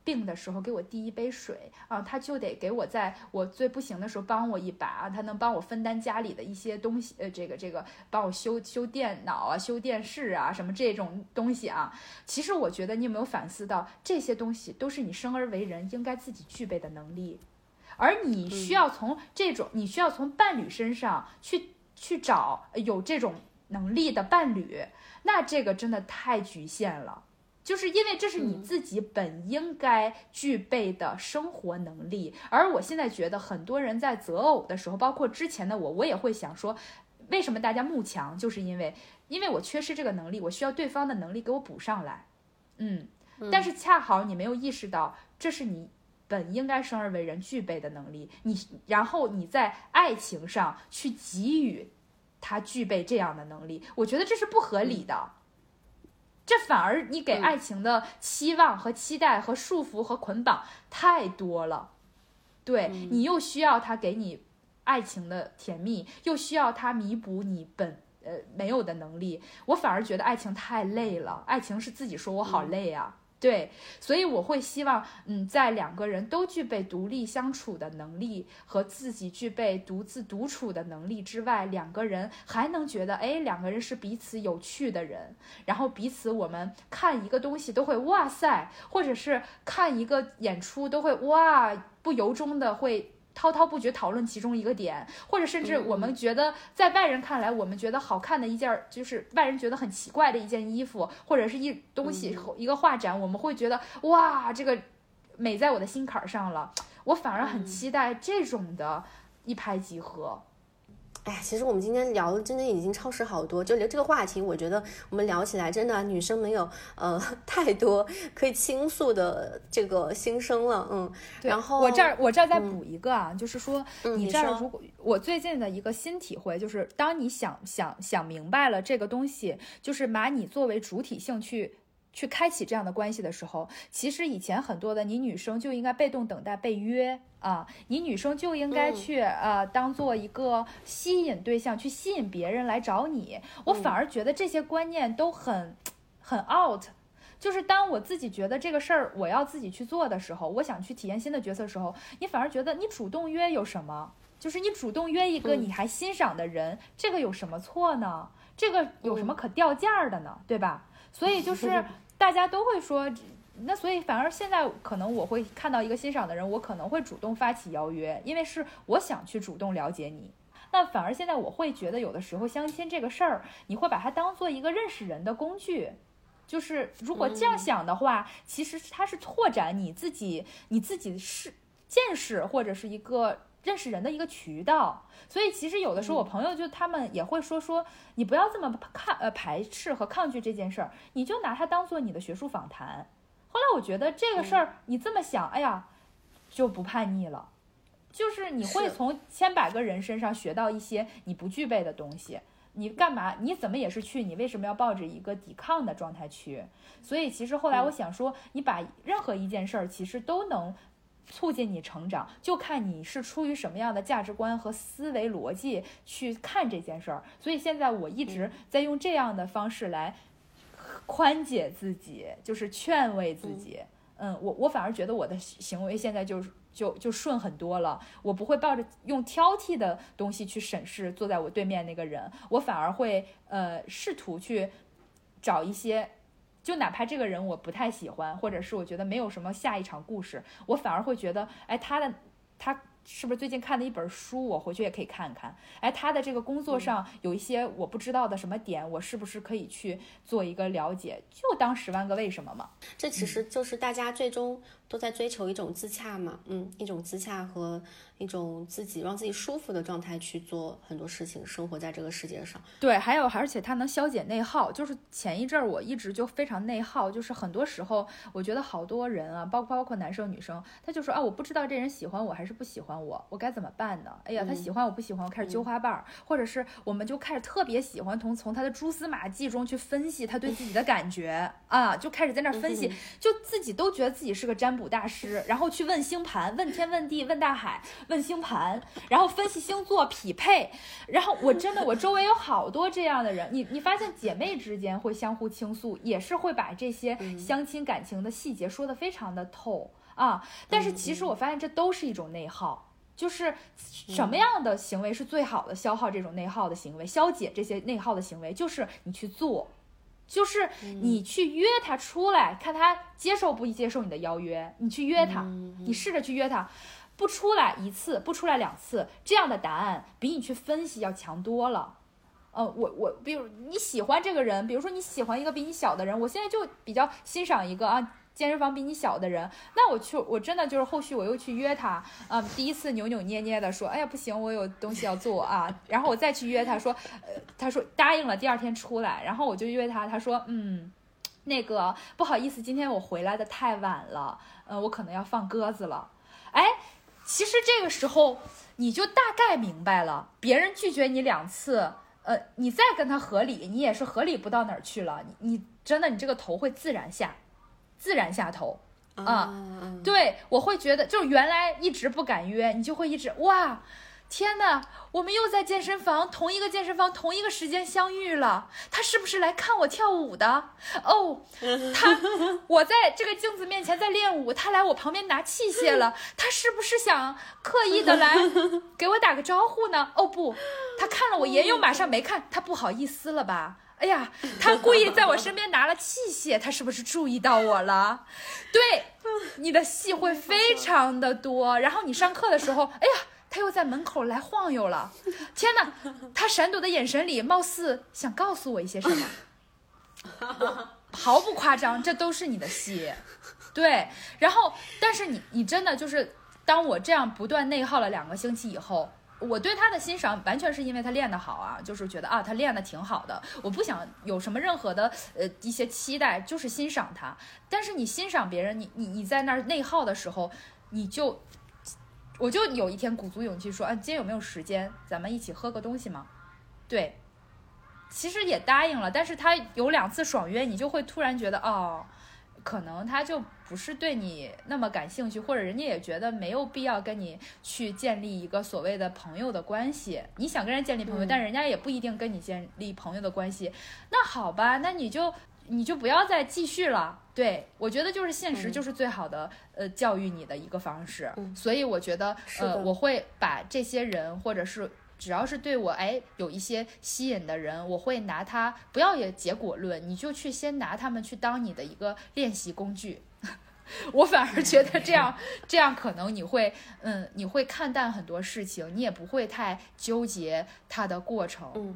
病的时候给我递一杯水啊，他就得给我在我最不行的时候帮我一把，他能帮我分担家里的一些东西，这个帮我修电脑啊、修电视啊什么这种东西啊。其实我觉得你有没有反思到，这些东西都是你生而为人应该自己具备的能力，而你需要从你需要从伴侣身上去找有这种能力的伴侣，那这个真的太局限了。就是因为这是你自己本应该具备的生活能力，而我现在觉得很多人在择偶的时候，包括之前的我也会想说，为什么大家慕强，就是因为我缺失这个能力，我需要对方的能力给我补上来。但是恰好你没有意识到，这是你本应该生而为人具备的能力，然后你在爱情上去给予他具备这样的能力，我觉得这是不合理的。这反而你给爱情的期望和期待和束缚和捆绑太多了。对，你又需要他给你爱情的甜蜜，又需要他弥补你没有的能力，我反而觉得爱情太累了。爱情是自己说我好累啊。对，所以我会希望在两个人都具备独立相处的能力和自己具备独自独处的能力之外，两个人还能觉得两个人是彼此有趣的人，然后彼此我们看一个东西都会哇塞，或者是看一个演出都会哇，不由衷的会滔滔不绝讨论其中一个点，或者甚至我们觉得在外人看来我们觉得好看的一件，就是外人觉得很奇怪的一件衣服，或者是东西一个画展，我们会觉得哇，这个美在我的心坎上了。我反而很期待这种的一拍即合。 哎呀，其实我们今天聊的真的已经超时好多，就这个话题，我觉得我们聊起来真的女生没有太多可以倾诉的这个心声了。然后我这儿再补一个啊，就是说你这儿如果我最近的一个新体会，就是当你想明白了这个东西，就是把你作为主体性去开启这样的关系的时候，其实以前很多的你女生就应该被动等待被约啊，你女生就应该去当做一个吸引对象，去吸引别人来找你。我反而觉得这些观念都很 out。就是当我自己觉得这个事儿我要自己去做的时候，我想去体验新的角色的时候，你反而觉得你主动约有什么？就是你主动约一个你还欣赏的人，这个有什么错呢？这个有什么可掉价的呢？对吧？所以就是大家都会说，那所以反而现在可能我会看到一个欣赏的人，我可能会主动发起邀约，因为是我想去主动了解你。那反而现在我会觉得有的时候相亲这个事儿，你会把它当做一个认识人的工具。就是如果这样想的话，其实它是拓展你自己是见识或者是一个认识人的一个渠道。所以其实有的时候我朋友就他们也会说你不要这么排斥和抗拒这件事儿，你就拿它当做你的学术访谈。后来我觉得这个事儿你这么想，哎呀，就不叛逆了。就是你会从千百个人身上学到一些你不具备的东西。你干嘛？你怎么也是去？你为什么要抱着一个抵抗的状态去？所以其实后来我想说，你把任何一件事儿其实都能促进你成长，就看你是出于什么样的价值观和思维逻辑去看这件事儿。所以现在我一直在用这样的方式来宽解自己，就是劝慰自己。我反而觉得我的行为现在就顺很多了，我不会抱着用挑剔的东西去审视坐在我对面那个人，我反而会试图去找一些，就哪怕这个人我不太喜欢，或者是我觉得没有什么下一场故事，我反而会觉得，哎，他是不是最近看的一本书，我回去也可以看看。哎，他的这个工作上有一些我不知道的什么点，我是不是可以去做一个了解？就当10万个为什么嘛。 这其实就是大家最终都在追求一种自洽嘛，一种自洽和一种让自己舒服的状态去做很多事情，生活在这个世界上。 对，而且它能消解内耗。就是前一阵我一直就非常内耗，就是很多时候我觉得好多人啊，包括男生女生，他就说啊，我不知道这人喜欢我还是不喜欢欢我，我该怎么办呢？哎呀，他喜欢我不喜欢我，开始揪花瓣，或者是我们就开始特别喜欢从他的蛛丝马迹中去分析他对自己的感觉啊，就开始在那分析，就自己都觉得自己是个占卜大师，然后去问星盘，问天问地问大海，问星盘，然后分析星座匹配，然后我周围有好多这样的人，你发现姐妹之间会相互倾诉，也是会把这些相亲感情的细节说得非常的透啊，但是其实我发现这都是一种内耗，就是什么样的行为是最好的消耗这种内耗的行为，消解这些内耗的行为，就是你去做，就是你去约他出来，看他接受不接受你的邀约，你去约他，你试着去约他，不出来一次，不出来2次，这样的答案比你去分析要强多了。比如你喜欢这个人，比如说你喜欢一个比你小的人，我现在就比较欣赏一个啊，健身房比你小的人，那我真的就是后续我又去约他啊，第一次扭扭捏捏的说，哎呀不行，我有东西要做啊，然后我再去约他说，他说答应了，第2天出来，然后我就约他，他说那个不好意思，今天我回来的太晚了，我可能要放鸽子了。哎，其实这个时候你就大概明白了，别人拒绝你2次。你再跟他合理，你也是合理不到哪儿去了。你真的，你这个头会自然下头啊。对，我会觉得，就是原来一直不敢约，你就会一直哇，天哪，我们又在健身房，同一个健身房，同一个时间相遇了。他是不是来看我跳舞的？哦，我在这个镜子面前在练舞，他来我旁边拿器械了。他是不是想刻意的来给我打个招呼呢？哦不，他看了我也有马上没看，他不好意思了吧？哎呀，他故意在我身边拿了器械，他是不是注意到我了？对，你的戏会非常的多。然后你上课的时候，哎呀，他又在门口来晃悠了，天哪，他闪躲的眼神里貌似想告诉我一些什么。毫不夸张，这都是你的戏。对，然后但是你真的就是当我这样不断内耗了2个星期以后，我对他的欣赏完全是因为他练得好啊，就是觉得啊他练得挺好的，我不想有什么任何的一些期待，就是欣赏他。但是你欣赏别人，你在那儿内耗的时候，我就有一天鼓足勇气说，今天有没有时间咱们一起喝个东西吗？对，其实也答应了，但是他有2次爽约，你就会突然觉得哦，可能他就不是对你那么感兴趣，或者人家也觉得没有必要跟你去建立一个所谓的朋友的关系。你想跟人建立朋友，但人家也不一定跟你建立朋友的关系。那好吧，那你就不要再继续了。对，我觉得就是现实就是最好的教育你的一个方式。所以我觉得我会把这些人，或者是只要是对我有一些吸引的人，我会拿他，不要也结果论，你就去先拿他们去当你的一个练习工具。我反而觉得这样可能你会看淡很多事情，你也不会太纠结它的过程。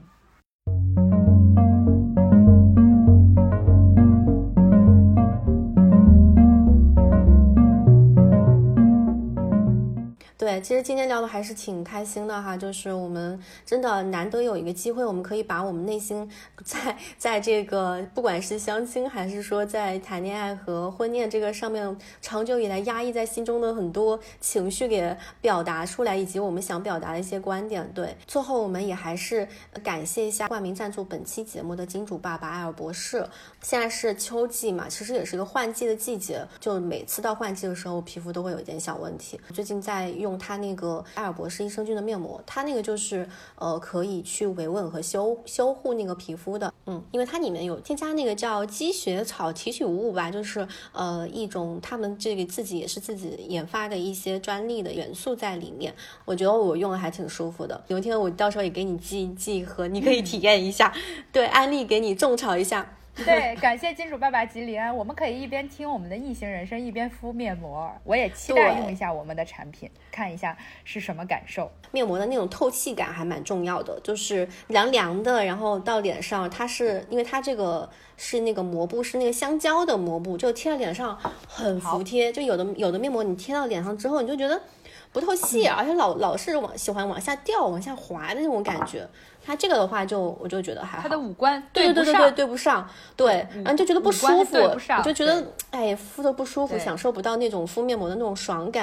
对，其实今天聊的还是挺开心的哈，就是我们真的难得有一个机会，我们可以把我们内心在这个不管是相亲还是说在谈恋爱和婚恋这个上面长久以来压抑在心中的很多情绪给表达出来，以及我们想表达的一些观点。对，最后我们也还是感谢一下冠名赞助本期节目的金主爸爸艾尔博士。现在是秋季嘛，其实也是一个换季的季节，就每次到换季的时候皮肤都会有一点小问题。最近在用它那个艾尔博士益生菌的面膜，它那个就是可以去维稳和修护那个皮肤的。因为它里面有添加那个叫积雪草提取物吧，就是一种他们这个自己也是自己研发的一些专利的元素在里面。我觉得我用的还挺舒服的，有一天我到时候也给你寄一盒，你可以体验一下。对，安利给你种草一下。 对，感谢金主爸爸吉林安，我们可以一边听我们的逆行人生一边敷面膜，我也期待用一下我们的产品，看一下是什么感受。 面膜的那种透气感还蛮重要的，就是凉凉的，然后到脸上，它是因为它这个是那个膜布是那个香蕉的膜布，就贴在脸上很服帖。就有的面膜你贴到脸上之后，你就觉得不透气，而且老是喜欢往下掉往下滑的那种感觉。它这个的话我就觉得还好， 它的五官对不上，对，然后就觉得不舒服，我就觉得敷的不舒服，享受不到那种敷面膜的那种爽感。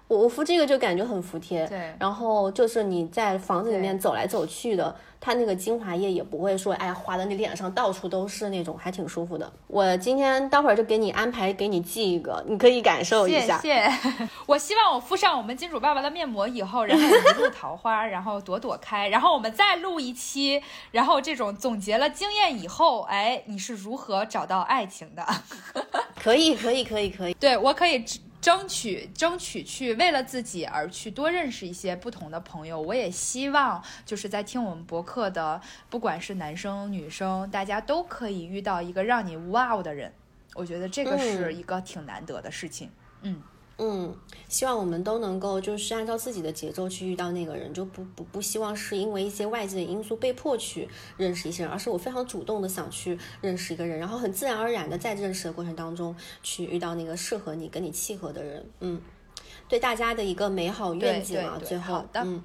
我敷这个就感觉很服帖， 对， 然后就是你在房子里面走来走去的，它那个精华液也不会说哎呀滑的你脸上到处都是那种，还挺舒服的。我今天待会儿就给你安排，给你寄一个，你可以感受一下。 谢谢。我希望我敷上我们金主爸爸的面膜以后，然后一路桃花，然后朵朵开，然后我们再录一期，然后这种总结了经验以后，哎，你是如何找到爱情的？ 可以。 对，我可以争取去为了自己而去多认识一些不同的朋友。我也希望就是在听我们博客的不管是男生女生，大家都可以遇到一个让你哇哦的人，我觉得这个是一个挺难得的事情。 希望我们都能够就是按照自己的节奏去遇到那个人，就不希望是因为一些外界的因素被迫去认识一些人，而是我非常主动的想去认识一个人，然后很自然而然的在认识的过程当中去遇到那个适合你跟你契合的人。对大家的一个美好愿景啊。 对最后好的。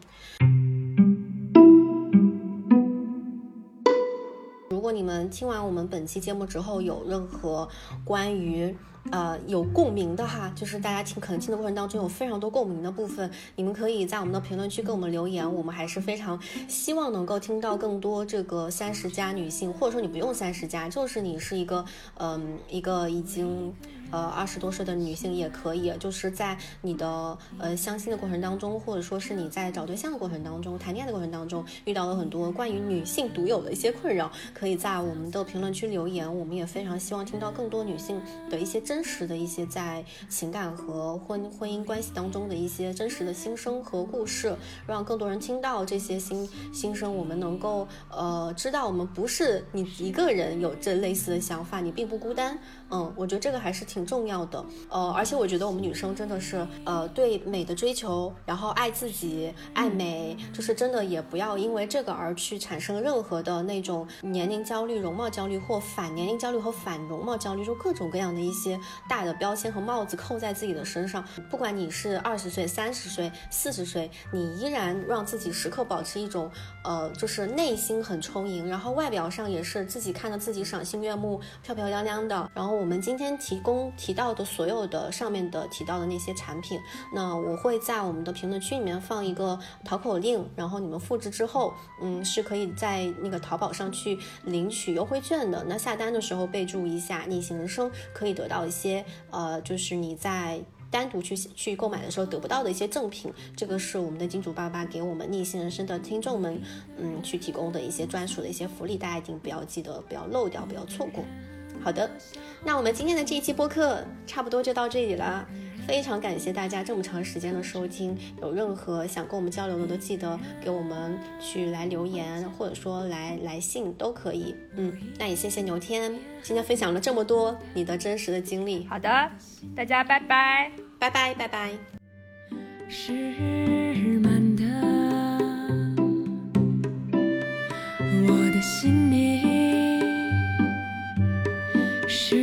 如果你们听完我们本期节目之后有任何关于有共鸣的哈，就是大家可能听的过程当中有非常多共鸣的部分，你们可以在我们的评论区跟我们留言，我们还是非常希望能够听到更多这个30+女性，或者说你不用30+，就是你是一个已经20多岁的女性也可以，就是在你的相亲的过程当中，或者说是你在找对象的过程当中，谈恋爱的过程当中遇到了很多关于女性独有的一些困扰，可以在我们的评论区留言，我们也非常希望听到更多女性的一些真实的一些在情感和婚姻关系当中的一些真实的心声和故事，让更多人听到这些心声，我们能够知道我们不是你一个人有这类似的想法，你并不孤单。我觉得这个还是挺重要的。而且我觉得我们女生真的是对美的追求，然后爱自己爱美，就是真的也不要因为这个而去产生任何的那种年龄焦虑、容貌焦虑或反年龄焦虑和反容貌焦虑，就各种各样的一些大的标签和帽子扣在自己的身上。不管你是20岁、30岁、40岁，你依然让自己时刻保持一种就是内心很充盈，然后外表上也是自己看着自己赏心悦目、漂漂亮亮的。然后我们今天提到的所有的上面的提到的那些产品，那我会在我们的评论区里面放一个淘口令，然后你们复制之后是可以在那个淘宝上去领取优惠券的。那下单的时候备注一下逆行人生，可以得到一些就是你在单独去购买的时候得不到的一些赠品，这个是我们的金主爸爸给我们逆行人生的听众们去提供的一些专属的一些福利，大家一定不要记得，不要漏掉，不要错过。好的，那我们今天的这一期播客差不多就到这里了，非常感谢大家这么长时间的收听，有任何想跟我们交流的都记得给我们去来留言，或者说来信都可以。那也谢谢牛天今天分享了这么多你的真实的经历。 好的，大家拜拜拜拜拜拜。 是满的我的心里是